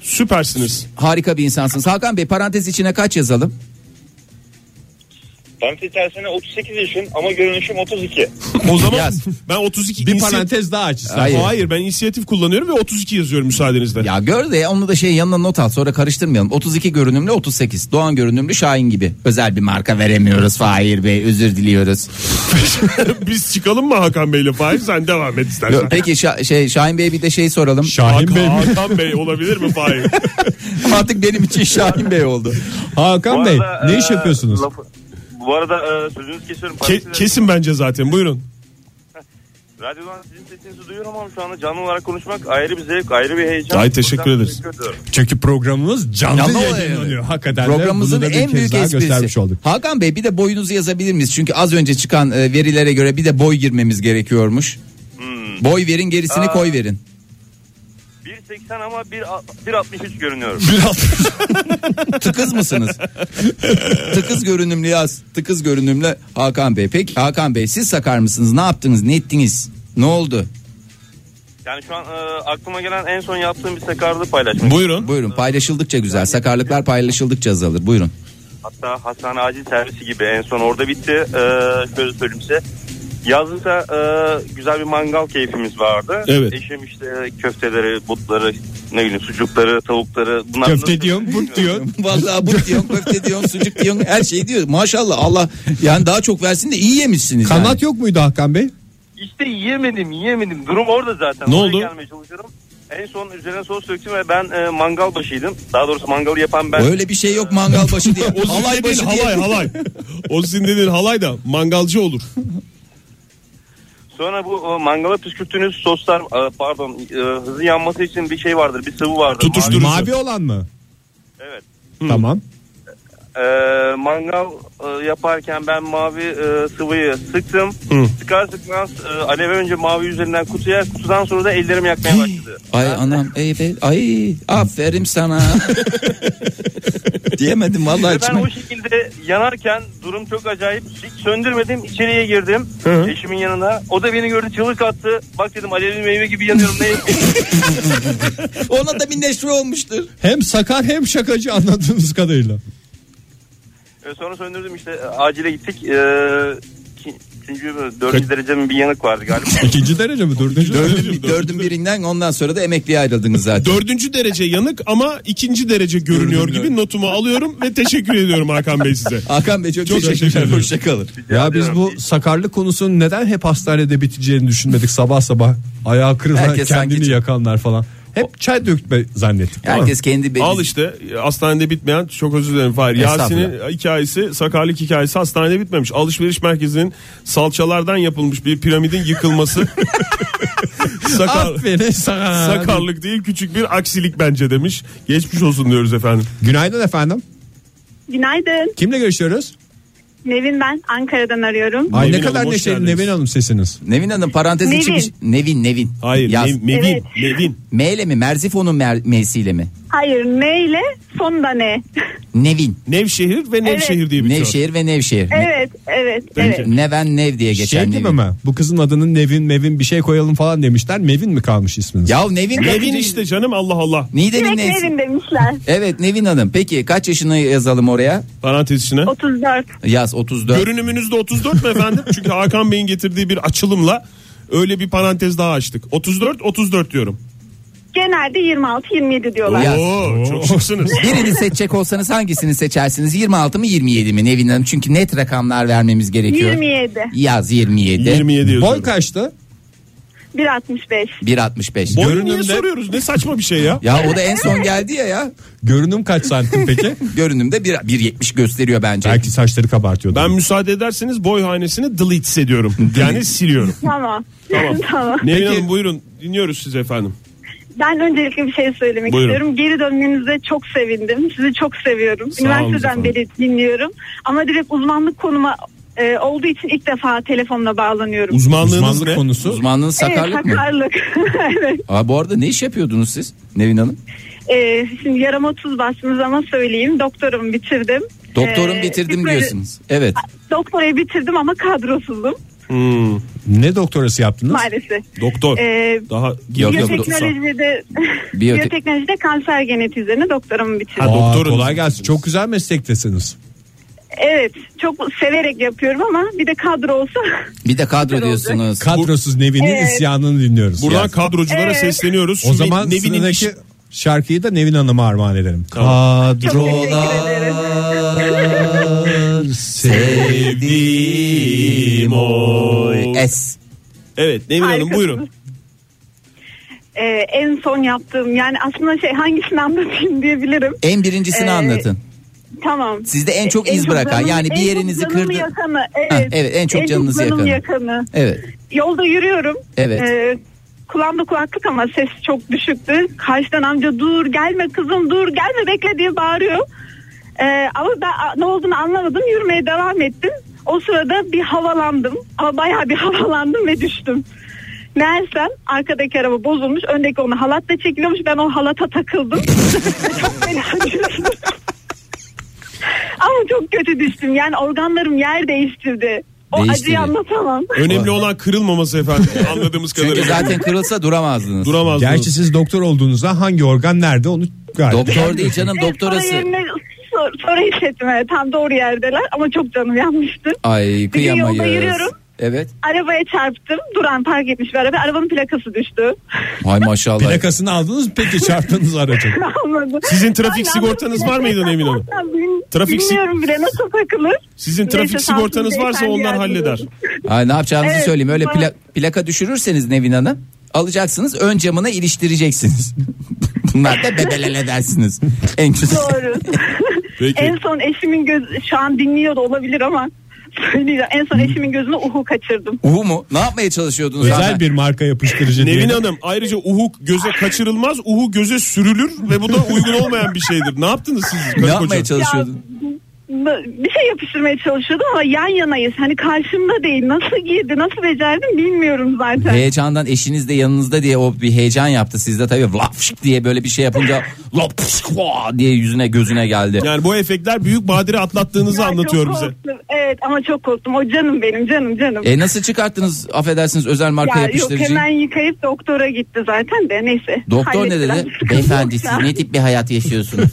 Süpersiniz. Harika bir insansınız. Hakan Bey parantez içine kaç yazalım? Parantez içerisinde otuz sekiz yaşım ama görünüşüm otuz iki. O zaman Yaz. ben otuz iki Bir inisiyatif- parantez daha aç. Hayır. Hayır ben inisiyatif kullanıyorum ve otuz iki yazıyorum müsaadenizle. Ya gör de onu da şey yanına not al, sonra karıştırmayalım. otuz iki görünümlü otuz sekiz. Doğan görünümlü Şahin gibi. Özel bir marka veremiyoruz Fahir Bey, özür diliyoruz. Biz çıkalım mı Hakan Bey'le? Fahir sen devam et istersen. Yo, Peki Şa- şey Şahin Bey bir de şey soralım. Şahin Hakan, Bey mi? Hakan Bey olabilir mi Fahir? Artık benim için Şahin Bey oldu. Hakan Bu Bey arada, ne iş e, yapıyorsunuz? lafı- bu arada e, sözünüzü kesiyorum. Ke- Parantez- kesin bence zaten buyurun. Radyodan sizin sesinizi duyuyorum ama şu anda canlı olarak konuşmak ayrı bir zevk, ayrı bir heyecan. Ay, teşekkür O yüzden ederiz. teşekkür ediyorum. Çünkü programımız canlı, Canlı yayınlanıyor. oluyor. Hakikaten Programımızın de bunu da bir en kez büyük daha göstermiş esprisi. olduk. Hakan Bey bir de boyunuzu yazabilir miyiz? Çünkü az önce çıkan e, verilere göre bir de boy girmemiz gerekiyormuş. Hmm. Boy verin, gerisini Aa. koy verin. bir seksen ama bir altmış üç görünüyorum. Tıkız mısınız? Tıkız görünümlü yaz. Tıkız görünümlü Hakan Bey. Peki Hakan Bey siz sakar mısınız? Ne yaptınız? Ne ettiniz? Ne oldu? Yani şu an e, aklıma gelen en son yaptığım bir sakarlığı paylaşmak. Buyurun. Buyurun, paylaşıldıkça güzel. Sakarlıklar paylaşıldıkça azalır. Buyurun. Hatta hastane acil servisi gibi en son orada bitti. E, şöyle söyleyeyim size. Yazlıkta e, güzel bir mangal keyfimiz vardı. Evet. Eşim işte köfteleri, butları, ne bileyim sucukları, tavukları. Bunlar Köfte diyorsun, but diyorsun. Vallahi bu diyorsun, köfte diyorsun, sucuk diyorsun, her şey diyor. Maşallah Allah yani daha çok versin de iyi yemişsiniz. Kanat yani. yok muydu Hakan Bey? İşte yiyemedim yiyemedim. Durum orada zaten. Ne Oraya oldu? gelmeye çalışıyorum. En son üzerine sos döktüm ve ben e, mangal başıydım. Daha doğrusu mangalı yapan ben. Öyle bir şey yok mangal başı diye. O sizin halay dediğin başı diye. halay halay. O sizin dediğin halay da mangalcı olur. Sonra bu e, mangala püskürttüğünüz soslar e, pardon e, hızlı yanması için bir şey vardır. Bir sıvı vardır. Tutuşturucu. Mavi- Mavi olan mı? Evet. Tamam. E, mangal e, yaparken ben mavi e, sıvıyı sıktım. Hı. Sıkar sıkmaz e, alev önce mavi üzerinden kutuya, kutudan sonra da ellerimi yakmaya başladı. Ay anam ey be, ay aferin sana. Diyemedim vallahi Ve ben içime. o şekilde yanarken durum çok acayip. Hiç söndürmedim. İçeriye girdim. Hı. Eşimin yanına. O da beni gördü, çığlık attı. Bak dedim alevli meyve gibi yanıyorum. Ne yapayım? Ona da bir neşve olmuştur. Hem sakar hem şakacı anladığımız kadarıyla. E, Sonra söndürdüm işte. e, Acile gittik. E, iki- Üçüncü, dördüncü derecem bir yanık vardı galiba. İkinci derece mi? Dördüncü derece mi? Dördün, dördün birinden ondan sonra da emekliye ayrıldınız zaten. Dördüncü derece yanık ama ikinci derece görünüyor gibi notumu alıyorum ve teşekkür ediyorum Hakan Bey size. Hakan Bey çok, Çok teşekkür teşekkür ederim. ederim. Hoşçakalın. Ya biz bu sakarlık konusunun neden hep hastanede biteceğini düşünmedik sabah sabah. Ayağı kırılan, Herkes kendini sanki- yakanlar falan. Hep çay dökme zannettik. değil mi? Herkes kendi be- Al işte hastanede bitmeyen, çok özür dilerim Fahir. Estağfurullah. Yasin'in hikayesi, sakarlık hikayesi hastanede bitmemiş. Alışveriş merkezinin salçalardan yapılmış bir piramidin yıkılması. Sakar, Aferin sana. sakarlık değil, küçük bir aksilik bence demiş. Geçmiş olsun diyoruz efendim. Günaydın efendim. Günaydın. Kimle görüşüyoruz? Nevin ben. Ankara'dan arıyorum. Ay Nevin ne kadar Hanım, hoş neşeli geldiniz. Nevin Hanım sesiniz. Nevin Hanım parantez içi Nevin. bir şey- Nevin Nevin. Hayır, Yaz. Nev- Mevin, Evet. Mevin. M ile mi? Merzifon'un mer- M'siyle mi? Hayır, ne ile? Sonunda ne? Nevin. Nevşehir ve Nevşehir diye bitiyor. Nevşehir ve Nevşehir. Ne- Evet, evet, Peki. evet. Neven Nev diye geçer Şey gibi Nevin. mi? Bu kızın adının Nevin Mevin bir şey koyalım falan demişler. Mevin mi kalmış isminiz? Ya Nevin. Nevin işte canım, Allah Allah. Niğde'nin Direkt neysi? Nevin demişler. Evet Nevin Hanım. Peki kaç yaşını yazalım oraya? Parantez içine. otuz dört. Yaz otuz dört. Görünümünüzde otuz dört mü efendim? Çünkü Hakan Bey'in getirdiği bir açılımla öyle bir parantez daha açtık. otuz dört otuz dört diyorum. Genelde yirmi altı yirmi yedi diyorlar. Ya. Oo, çok şıksınız. Birini seçecek olsanız hangisini seçersiniz? yirmi altı mı yirmi yedi mi Nevin Hanım? Çünkü net rakamlar vermemiz gerekiyor. yirmi yedi. Yaz yirmi yedi. yirmi yedi yazıyorum. Boy kaçtı? bir altmış beş. bir altmış beş. Boyu niye Görünümde- soruyoruz? Ne saçma bir şey ya. Ya o da en son geldi ya ya. Görünüm kaç santim peki? Görünümde bir bir yetmiş gösteriyor bence. Belki saçları kabartıyordu. Ben müsaade ederseniz boy hanesini delete ediyorum. Yani siliyorum. Tamam. Tamam. Tamam. Nevin Hanım buyurun, dinliyoruz sizi efendim. Ben öncelikle bir şey söylemek Buyurun. istiyorum. Geri dönmenize çok sevindim. Sizi çok seviyorum. Sağ olun Üniversiteden efendim. beri dinliyorum. Ama direkt uzmanlık konuma e, olduğu için ilk defa telefonla bağlanıyorum. Uzmanlığınız Uzmanlık ne? konusu. Uzmanlığınız sakarlık evet, mı? sakarlık. evet. Aa, bu arada ne iş yapıyordunuz siz Nevin Hanım? E, şimdi yarama tuz bastınız ama söyleyeyim. Doktorumu bitirdim. Doktorum E, bitirdim psikoloji- diyorsunuz. Evet. Doktorayı bitirdim ama kadrosuzdum Hmm, Ne doktorası yaptınız? maalesef. doktor. E, Daha Yok, yok, biyoteknolojide, Biyote- biyoteknolojide kanser genetiği üzerine doktoramı bitirdim. Ha, Aa, doktorunuz. kolay gelsin. Çok güzel meslektesiniz. Evet, çok severek yapıyorum ama bir de kadro olsa. Bir de kadro diyorsunuz. Kadrosuz Nevin'in Evet. isyanını dinliyoruz. Buradan Yani. kadroculara Evet. sesleniyoruz. O zaman Ne- Nevin'in sıradaki iş- şarkıyı da Nevin Hanım'a armağan edelim. Çok teşekkür Kadrolar sevdiğim oy. Es. Evet Nevin Hanım Harikasınız. buyurun. Ee, en son yaptığım yani aslında şey hangisini anlatayım diyebilirim. En birincisini Ee, anlatın. Tamam. Sizde en çok iz bırakan, canımı- yani bir en çok yerinizi canımı kırdı. yakanı, evet. Hah, evet, en çok canınızı canımı yakanı. yakanı. Evet. Yolda yürüyorum. Evet. Ee, kulağımda kulaklık ama ses çok düşüktü. Karşıdan amca dur gelme kızım dur gelme bekle diye bağırıyor. Ee, ama ben ne olduğunu anlamadım, yürümeye devam ettim. O sırada bir havalandım ama bayağı bir havalandım ve düştüm. Meğersem arkadaki araba bozulmuş, öndeki onu halatla çekiliyormuş, ben o halata takıldım. Çok fena düştüm. Ama çok kötü düştüm, yani organlarım yer değiştirdi. O Değiştirdi. acıyı anlatamam. Önemli olan kırılmaması efendim anladığımız kadarıyla. Çünkü zaten kırılsa duramazdınız. Duramazdınız. Gerçi siz doktor olduğunuzda hangi organ nerede onu galiba. Doktor değil canım, Evet, doktorası. Sonra, yerine, sonra, sonra hissettim, evet, tam doğru yerdeler ama çok canım yanmıştı. Ay Bir gün kıyamayız. yolda yürüyorum. Evet. Arabaya çarptım, duran park etmiş bir araba, arabanın plakası düştü. Ay maşallah. Plakasını aldınız mı peki çarptığınız aracı? Anladım. Sizin trafik Ay, sigortanız var mıydı Nevin Hanım? Bil- Trafik sig- Bilmiyorum bile nasıl takılır. Sizin Neyse, trafik sağ olsun sigortanız varsa beyefendi onlar yardımcı halleder. oldu. Ay ne yapacağınızı Evet, söyleyeyim. Öyle bana- pla- plaka düşürürseniz Nevin Hanım, alacaksınız ön camına iliştireceksiniz. Bunlar da bebelele dersiniz. En kötü. Doğru. Peki. En son eşimin göz şu an dinliyor da olabilir ama söyleyeceğim. En son eşimin gözüne uhu kaçırdım. Uhu mu? Ne yapmaya çalışıyordunuz? Özel zaten? bir marka yapıştırıcı Nevin diye. Hanım ayrıca uhu göze kaçırılmaz, uhu göze sürülür ve bu da uygun olmayan bir şeydir. Ne yaptınız siz? Ne karı yapmaya koca? çalışıyordun? Bir şey yapıştırmaya çalışıyordum ama yan yanayız. Hani karşımda değil. Nasıl girdi, nasıl becerdim bilmiyorum zaten. Heyecandan eşiniz de yanınızda diye o bir heyecan yaptı sizde tabii. Lapşık diye böyle bir şey yapınca lapşık diye yüzüne gözüne geldi. Yani bu efektler büyük badire atlattığınızı Ya, anlatıyor çok bize. korktum. Evet ama çok korktum. O canım benim, canım canım. E nasıl çıkarttınız affedersiniz özel marka Ya yok, yapıştırıcıyı? hemen yıkayıp doktora gitti zaten de neyse. Doktor ne Hallettiler. dedi? Beyefendi siz ne tip bir hayat yaşıyorsunuz?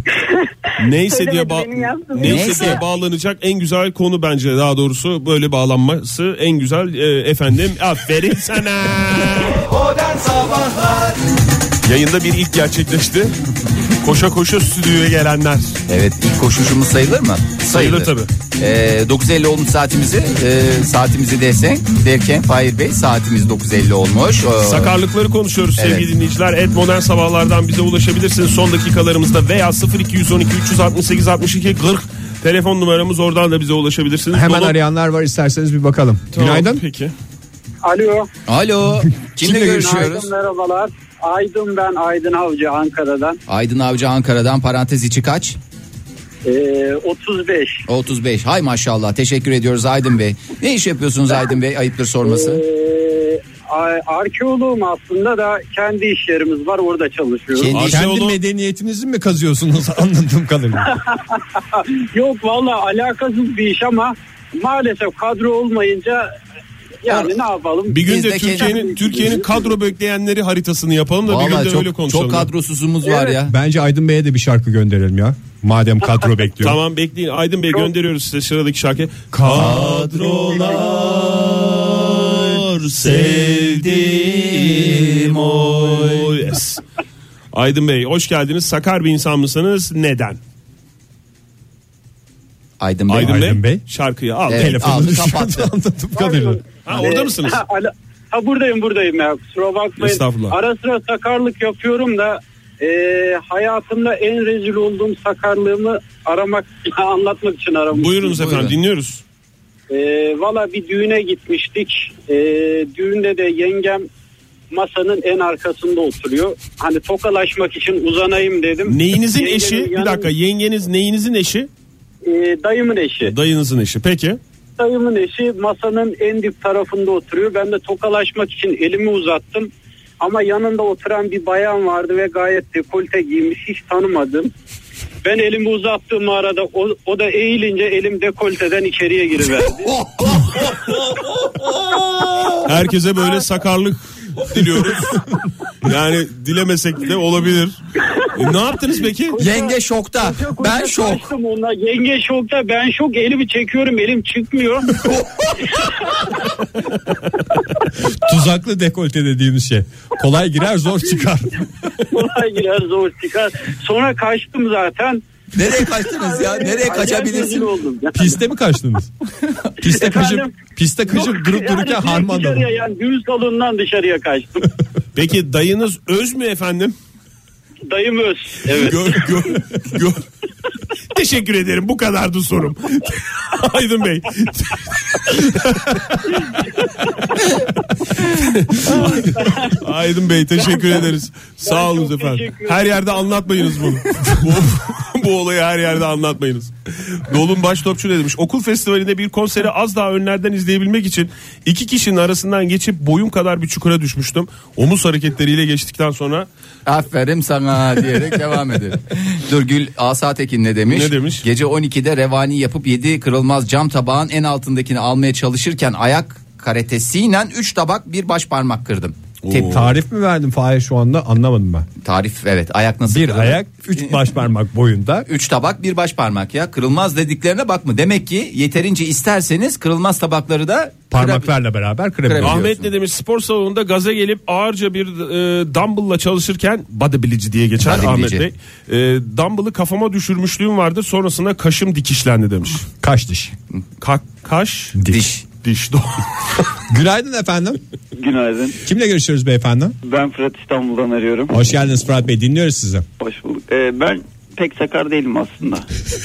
Neyse diye Söylemedi ba- benim yaptığım. neyse, Neyse. diye bağlanacak en güzel konu bence, daha doğrusu böyle bağlanması en güzel e, efendim aferin sana. Modern Sabahlar Yayında bir ilk gerçekleşti. Koşa koşa stüdyoya gelenler. Evet, ilk koşuşumuz sayılır mı? Sayılır tabii. Ee, dokuz elli olmuş saatimizi. Ee, saatimizi desen derken Fahir Bey saatimiz dokuz elli olmuş. Ee, Sakarlıkları konuşuyoruz Evet. sevgili dinleyiciler. Et Modern Sabahlardan bize ulaşabilirsiniz son dakikalarımızda veya sıfır iki on iki üç altı sekiz altmış iki kırk telefon numaramız, oradan da bize ulaşabilirsiniz. Hemen Dolu- arayanlar var, isterseniz bir bakalım. Tamam, Günaydın. Peki. Alo. Alo. Kimle Kimle görüşüyoruz? Günaydın, merhabalar. Aydın ben, Aydın Avcı, Ankara'dan. Aydın Avcı Ankara'dan, parantez içi kaç? Ee, otuz beş. otuz beş. Hay maşallah, teşekkür ediyoruz Aydın Bey. Ne iş yapıyorsunuz Aydın Bey, ayıptır sorması? Ee, a- arkeoloğum aslında da kendi iş yerimiz var, orada çalışıyorum. Kendi iş- Kendi Arkeolog- medeniyetinizi mi kazıyorsunuz anladığım kadarıyla? Yok valla alakasız bir iş ama maalesef kadro olmayınca yani ne yapalım. Bir gün Biz de de Türkiye'nin kendi- Türkiye'nin kadro bekleyenleri haritasını yapalım da bir Vallahi gün de öyle çok, konuşalım. çok kadrosuzumuz var Evet. ya. Bence Aydın Bey'e de bir şarkı gönderelim ya. Madem kadro bekliyor. Tamam bekleyin. Aydın Bey gönderiyoruz size sıradaki şarkı. Kadrolar sevdim oy. Yes. Aydın Bey hoş geldiniz. Sakar bir insan mısınız? Neden? Aydın Bey. Aydın, Aydın Bey, Bey. şarkıyı al. Evet. Telefonu. aldı, kapattı. Anladığım kadarıyla. Ha, orada mısınız? Ha, ala- ha buradayım buradayım ya, kusura bakmayın. Estağfurullah. Ara sıra sakarlık yapıyorum da e, hayatımda en rezil olduğum sakarlığımı aramak anlatmak için aramıştım. Buyurunuz efendim, Buyurun. dinliyoruz. E, Valla bir düğüne gitmiştik. E, düğünde de yengem masanın en arkasında oturuyor. Hani tokalaşmak için uzanayım dedim. Neyinizin Yengemin eşi? Bir yanım- dakika, yengeniz neyinizin eşi? E, dayımın eşi. Dayınızın eşi. Peki. Dayımın eşi masanın en dip tarafında oturuyor. Ben de tokalaşmak için elimi uzattım. Ama yanında oturan bir bayan vardı ve gayet dekolte giymiş, hiç tanımadım. Ben elimi uzattığım arada o, o da eğilince elim dekolteden içeriye giriverdi. Herkese böyle sakarlık diliyoruz. Yani dilemesek de olabilir. E, ne yaptınız peki? Yenge şokta. Koşa koşa Ben şok. kaçtım onunla. Yenge şokta, ben şok, elimi çekiyorum, elim çıkmıyor. Tuzaklı dekolte dediğimiz şey. Kolay girer zor çıkar. Kolay girer zor çıkar. Sonra kaçtım zaten. Nereye kaçtınız ya? Nereye kaçabilirsin? Piste mi kaçtınız? Piste kaçıp piste kaçıp Yok, durup yani dururken harman da. dışarıya, yani düğün salonundan dışarıya kaçtım. Peki dayınız öz mü efendim? Dayım öz. Evet. Gör, gör, gör. Teşekkür ederim. Bu kadardı sorum. Aydın Bey. Aydın Bey teşekkür ederiz. Sağ olun efendim. Her yerde anlatmayınız bunu. bu, bu olayı her yerde anlatmayınız. Dolun Baştopçu ne demiş? Okul festivalinde bir konseri az daha önlerden izleyebilmek için iki kişinin arasından geçip boyum kadar bir çukura düşmüştüm. Omuz hareketleriyle geçtikten sonra aferin sana diyerek devam edelim. Dur Gül Asa Tekin ne demiş? Ne demiş? Gece on ikide revani yapıp yedi kırılmaz cam tabağın en altındakini almaya çalışırken ayak karatesiyle üç tabak bir baş parmak kırdım. Tep- tarif mi verdin Fahir şu anda anlamadım ben. Tarif evet, ayak nasıl Bir kırılır? ayak üç baş parmak boyunda. Üç tabak bir baş parmak ya, kırılmaz dediklerine bakma. Demek ki yeterince isterseniz kırılmaz tabakları da parmaklarla beraber kırabiliyorsun. Ahmet ne demiş? Spor salonunda gaza gelip ağırca bir e, dumbbell'la çalışırken, bodybilici diye geçer Ahmet Bey. E, dumbbell'ı kafama düşürmüşlüğüm vardı. Sonrasında kaşım dikişlendi demiş. Kaş diş. Ka- kaş diş. Diş. diş. Günaydın efendim. Günaydın. Kimle görüşüyoruz beyefendi? Ben Fırat, İstanbul'dan arıyorum. Hoş geldiniz Fırat Bey, dinliyoruz sizi. Hoş bulduk. Ee, ben pek sakar değilim aslında.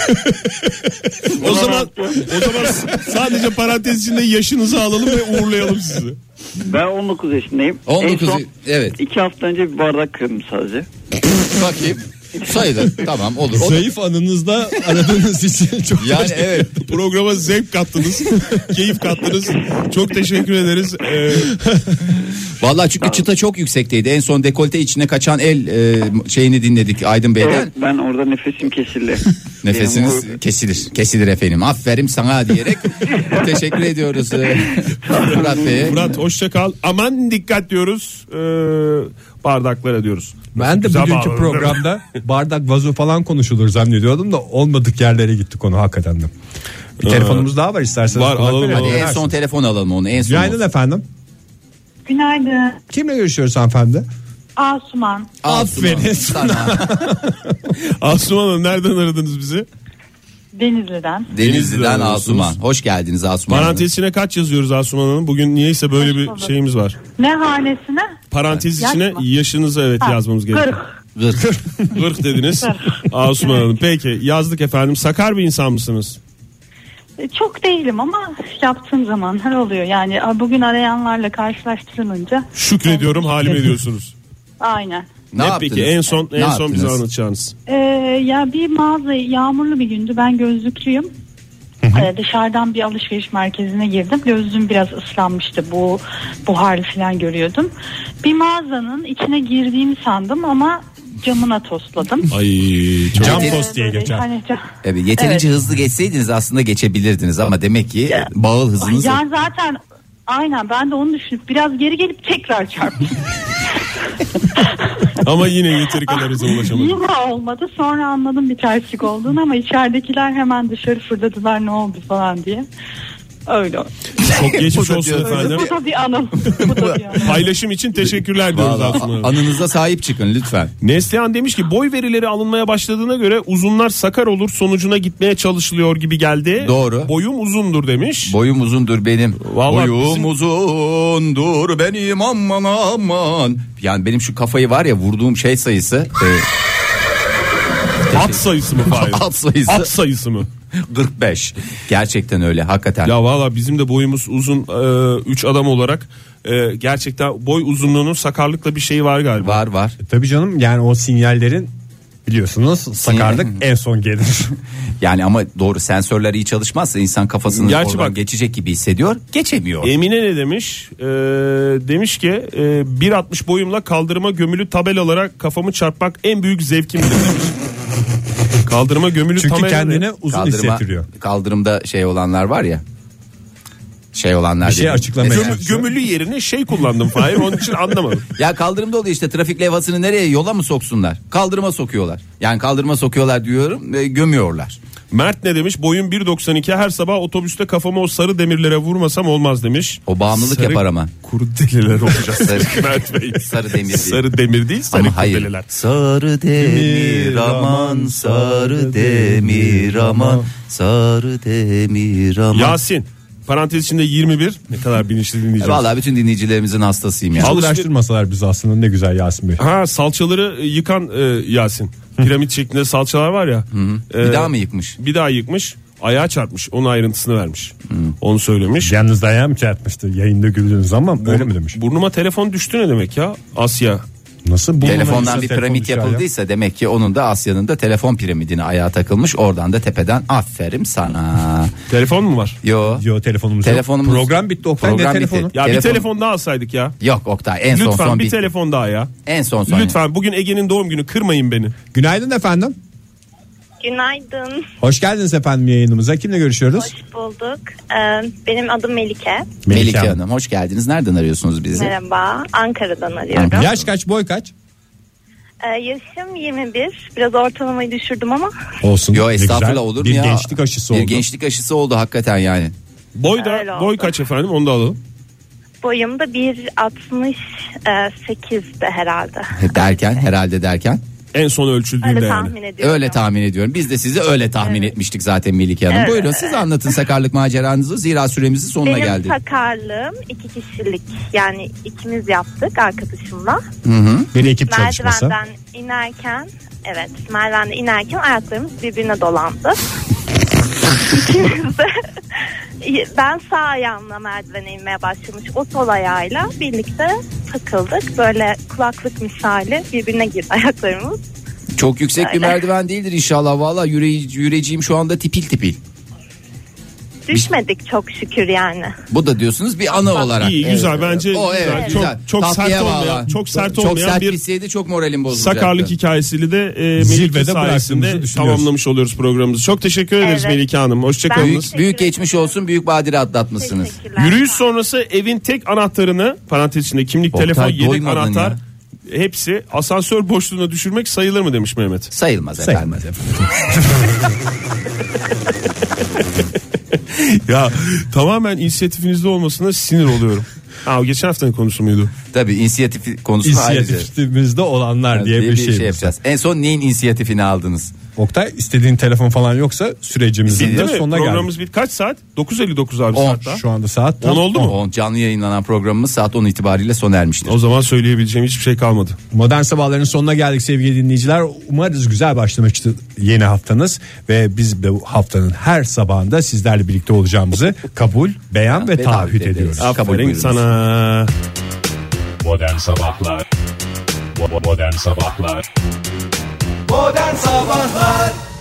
o zaman o zaman sadece parantez içinde yaşınızı alalım ve uğurlayalım sizi. Ben on dokuz yaşındayım. on dokuz En son evet. iki hafta önce bir bardak kırdım sadece. Bakayım. Sayılır. Tamam olur. O Zayıf anınızda aradığınız için çok yani evet. Programa zevk kattınız. Keyif kattınız. Çok teşekkür ederiz. Ee... Vallahi çünkü çıta çok yüksekteydi. En son dekolte içine kaçan el e, şeyini dinledik Aydın Bey'den. Evet, ben orada nefesim kesildi. Nefesiniz kesilir. Kesilir efendim. Aferin sana diyerek teşekkür ediyoruz e, Fırat Bey'e. Fırat hoşça kal. Aman dikkat diyoruz. Ee, bardaklara diyoruz. Ben de Güzel bugünkü bağladın, programda bardak vazo falan konuşulur zannediyordum da olmadık yerlere gitti konu hakikaten de. Bir telefonumuz daha var isterseniz. Var, alalım. Hadi en son telefon alalım onu. En son. Günaydın efendim. Günaydın. Kimle görüşüyoruz hanımefendi? Asuman. Aferin sana. Asuman Hanım nereden aradınız bizi? Denizli'den. Denizli'den Asuman. Hoş geldiniz Asuman. Parantez içine kaç yazıyoruz Asuman Hanım? Bugün niyeyse böyle bir şeyimiz var. Ne hanesine? Parantez Yaş içine mı? yaşınızı evet Ha, yazmamız gerekiyor. Gırk. Gırk dediniz. Asuman Hanım. Peki yazdık efendim. Sakar bir insan mısınız? Çok değilim ama yaptığım zamanlar oluyor. Yani bugün arayanlarla karşılaştırılınca. Şükrediyorum halime diyorsunuz. Aynen. Ne, ne yaptınız? peki en son en Ne son bize yaptınız? anlatacağınız? Ee, ya bir mağaza, yağmurlu bir gündü, ben gözlüklüyüm. Ee, dışarıdan bir alışveriş merkezine girdim. Gözlüğüm biraz ıslanmıştı. Bu buharlı falan görüyordum. Bir mağazanın içine girdiğimi sandım ama camına tosladım. Ay çok Cam Yeter- tost diye geçer. Hani ca- Evet, yeterince Evet. hızlı geçseydiniz aslında geçebilirdiniz ama demek ki bağıl hızınız. Ya zaten aynen, ben de onu düşünüp biraz geri gelip tekrar çarptım. ama yine yeteri kadar hıza ulaşamadım. Yine olmadı. Sonra anladım bir terslik olduğunu ama içeridekiler hemen dışarı fırladılar, ne oldu falan diye. Öyle. Çok geçmiş Bu da olsun diyor- efendim. Bu da bir anım. Bu da bir anım. Paylaşım için teşekkürler diyoruz Vallahi aslında. anınıza sahip çıkın lütfen. Neslihan demiş ki boy verileri alınmaya başladığına göre uzunlar sakar olur sonucuna gitmeye çalışılıyor gibi geldi. Doğru. Boyum uzundur demiş. Boyum uzundur benim. Vallahi Boyum bizim- uzundur benim aman aman. Yani benim şu kafayı var ya vurduğum şey sayısı. E, At sayısı mı Fahir? At sayısı. At sayısı mı? kırk beş. Gerçekten öyle hakikaten. Ya valla bizim de boyumuz uzun üç adam olarak e, gerçekten boy uzunluğunun sakarlıkla bir şeyi var galiba. Var var. Tabii canım, yani o sinyallerin biliyorsunuz sakarlık en son gelir. Yani ama doğru, sensörler iyi çalışmazsa insan kafasını Gerçi oradan bak- geçecek gibi hissediyor. Geçemiyor. Emine ne demiş? Ee, demiş ki e, bir altmış boyumla kaldırıma gömülü tabelalara kafamı çarpmak en büyük zevkimdir demiş. Kaldırıma gömülü Çünkü tabela kendini ne? uzun Kaldırıma- hissettiriyor. Kaldırımda şey olanlar var ya. Şey olanlar Bir şey değil. açıklamaya Mesela- Gömü, gömülü yerine şey kullandım Fahir, onun için anlamadım. Ya kaldırımda oluyor işte, trafik levhasını nereye, yola mı soksunlar? Kaldırıma sokuyorlar. Yani kaldırıma sokuyorlar diyorum ve gömüyorlar. Mert ne demiş? Boyum bir doksan iki, her sabah otobüste kafamı o sarı demirlere vurmasam olmaz demiş. O bağımlılık Sarı yapar ama. Kuru deliler olacağız. Sarı- Mert Bey. Sarı demir değil. Sarı demir değil, sarı Ama hayır. kurdeleler. Sarı demir aman, sarı demir aman, sarı demir aman. Yasin. Parantez içinde yirmi bir. Ne kadar bilinçli dinleyeceğiz. Vallahi bütün dinleyicilerimizin hastasıyım ya. Hiç Alışveriş- uğraştırmasalar bizi aslında ne güzel Yasin Bey. Ha, salçaları yıkan e, Yasin. Piramit şeklinde salçalar var ya. Bir E, daha mı yıkmış? Bir daha yıkmış. Ayağa çarpmış. Onun ayrıntısını vermiş. Onu söylemiş. Yalnız ayağı mı çarpmıştı? Yayında güldüğünüz ama öyle mi demiş? Burnuma telefon düştü ne demek ya? Asya. Nasıl? Burnuna Telefondan insan bir telefon piramit düşer ya? yapıldıysa demek ki onun da Asya'nın da telefon piramidine ayağa takılmış. Oradan da tepeden aferin sana. Telefon mu var? Yo. Yo, telefonumuz, Telefonumuz- yok. Program bitti Oktay, Program ne bitti. telefonu? Ya Telefon- bir telefon daha alsaydık ya. Yok Oktay, en son Lütfen son bir bitti. telefon daha ya. En son son. Lütfen, bugün Ege'nin doğum günü, kırmayın beni. Günaydın efendim. Günaydın. Hoş geldiniz efendim yayınımıza. Kimle görüşüyoruz? Hoş bulduk. Ee, benim adım Melike. Melike Hanım, hoş geldiniz. Nereden arıyorsunuz bizi? Merhaba. Ankara'dan arıyorum. Yaş kaç, boy kaç? Ee, yaşım yirmi bir. Biraz ortalamayı düşürdüm ama. Olsun. Yo ne estağfurullah, güzel. olur mu Bir ya? gençlik aşısı Bir oldu. gençlik aşısı oldu hakikaten yani. Boy da Öyle boy oldu. kaç efendim, onu da alalım. Boyum da bir altmış sekizde herhalde. Derken, herhalde derken. En son ölçüldüğünde Öyle yani. tahmin ediyorum. Öyle tahmin ediyorum. Biz de sizi öyle tahmin Evet. etmiştik zaten Melike Hanım. Evet, Buyurun evet. siz anlatın sakarlık maceranızı. Zira süremizin sonuna Benim geldik. sakarlığım iki kişilik, yani ikimiz yaptık arkadaşımla. Hı hı. Bir ekip çalışması. Merdivenden inerken, evet merdivenden inerken ayaklarımız birbirine dolandı. İkimiz de ben sağ ayağımla merdivene inmeye başlamış, o sol ayağıyla birlikte takıldık. Böyle kulaklık misali birbirine girdi ayaklarımız. Çok yüksek bir Öyle. merdiven değildir inşallah. Valla yüre yüreceğim şu anda tipil tipil. Düşmedik çok şükür yani. Bu da diyorsunuz bir anı olarak. İyi, güzel, bence O güzel. evet, Çok- güzel. çok Tatlıya sert olmayan- bağlı. çok sert çok olmayan sert bir bitseydi çok moralim bozulacaktı. sakarlık hikayesiyle de e, Melike Zirvede sayesinde bıraktığımızı düşünüyoruz. tamamlamış oluyoruz programımızı. Çok teşekkür ederiz Evet. Melike Hanım. Hoşçakalınız. Ben- Büyük, büyük geçmiş olsun, büyük badire atlatmışsınız. Teşekkürler. Yürüyüş sonrası evin tek anahtarını, parantez içinde kimlik, Oktay, telefon, yedek doymadın anahtar ya. hepsi asansör boşluğuna düşürmek sayılır mı demiş Mehmet. Sayılmaz efendim. Ya tamamen inisiyatifinizde olmasına sinir oluyorum. Ha, o geçen haftanın konusu muydu? Tabii inisiyatif konusunu ayrıca. İnisiyatifimizde olanlar diye bir şey. yapacağız. En son neyin inisiyatifini aldınız? Oktay, istediğin telefon falan yoksa sürecimizin Değil de mi? sonuna geldik. Programımız bir kaç saat? dokuz elli dokuz abi On. saat daha. Şu anda saat tam on oldu mu? O canlı yayınlanan programımız saat on itibariyle sona ermiştir. O zaman söyleyebileceğim hiçbir şey kalmadı. Modern Sabahların sonuna geldik sevgili dinleyiciler. Umarız güzel başlamıştır yeni haftanız ve biz de bu haftanın her sabahında sizlerle birlikte olacağımızı kabul, beyan ve Ve taahhüt taahhüt ederiz. ediyoruz. Kabul Aferin buyurunuz. sana. Modern Sabahlar Bo- Modern Sabahlar Modern Sabahlar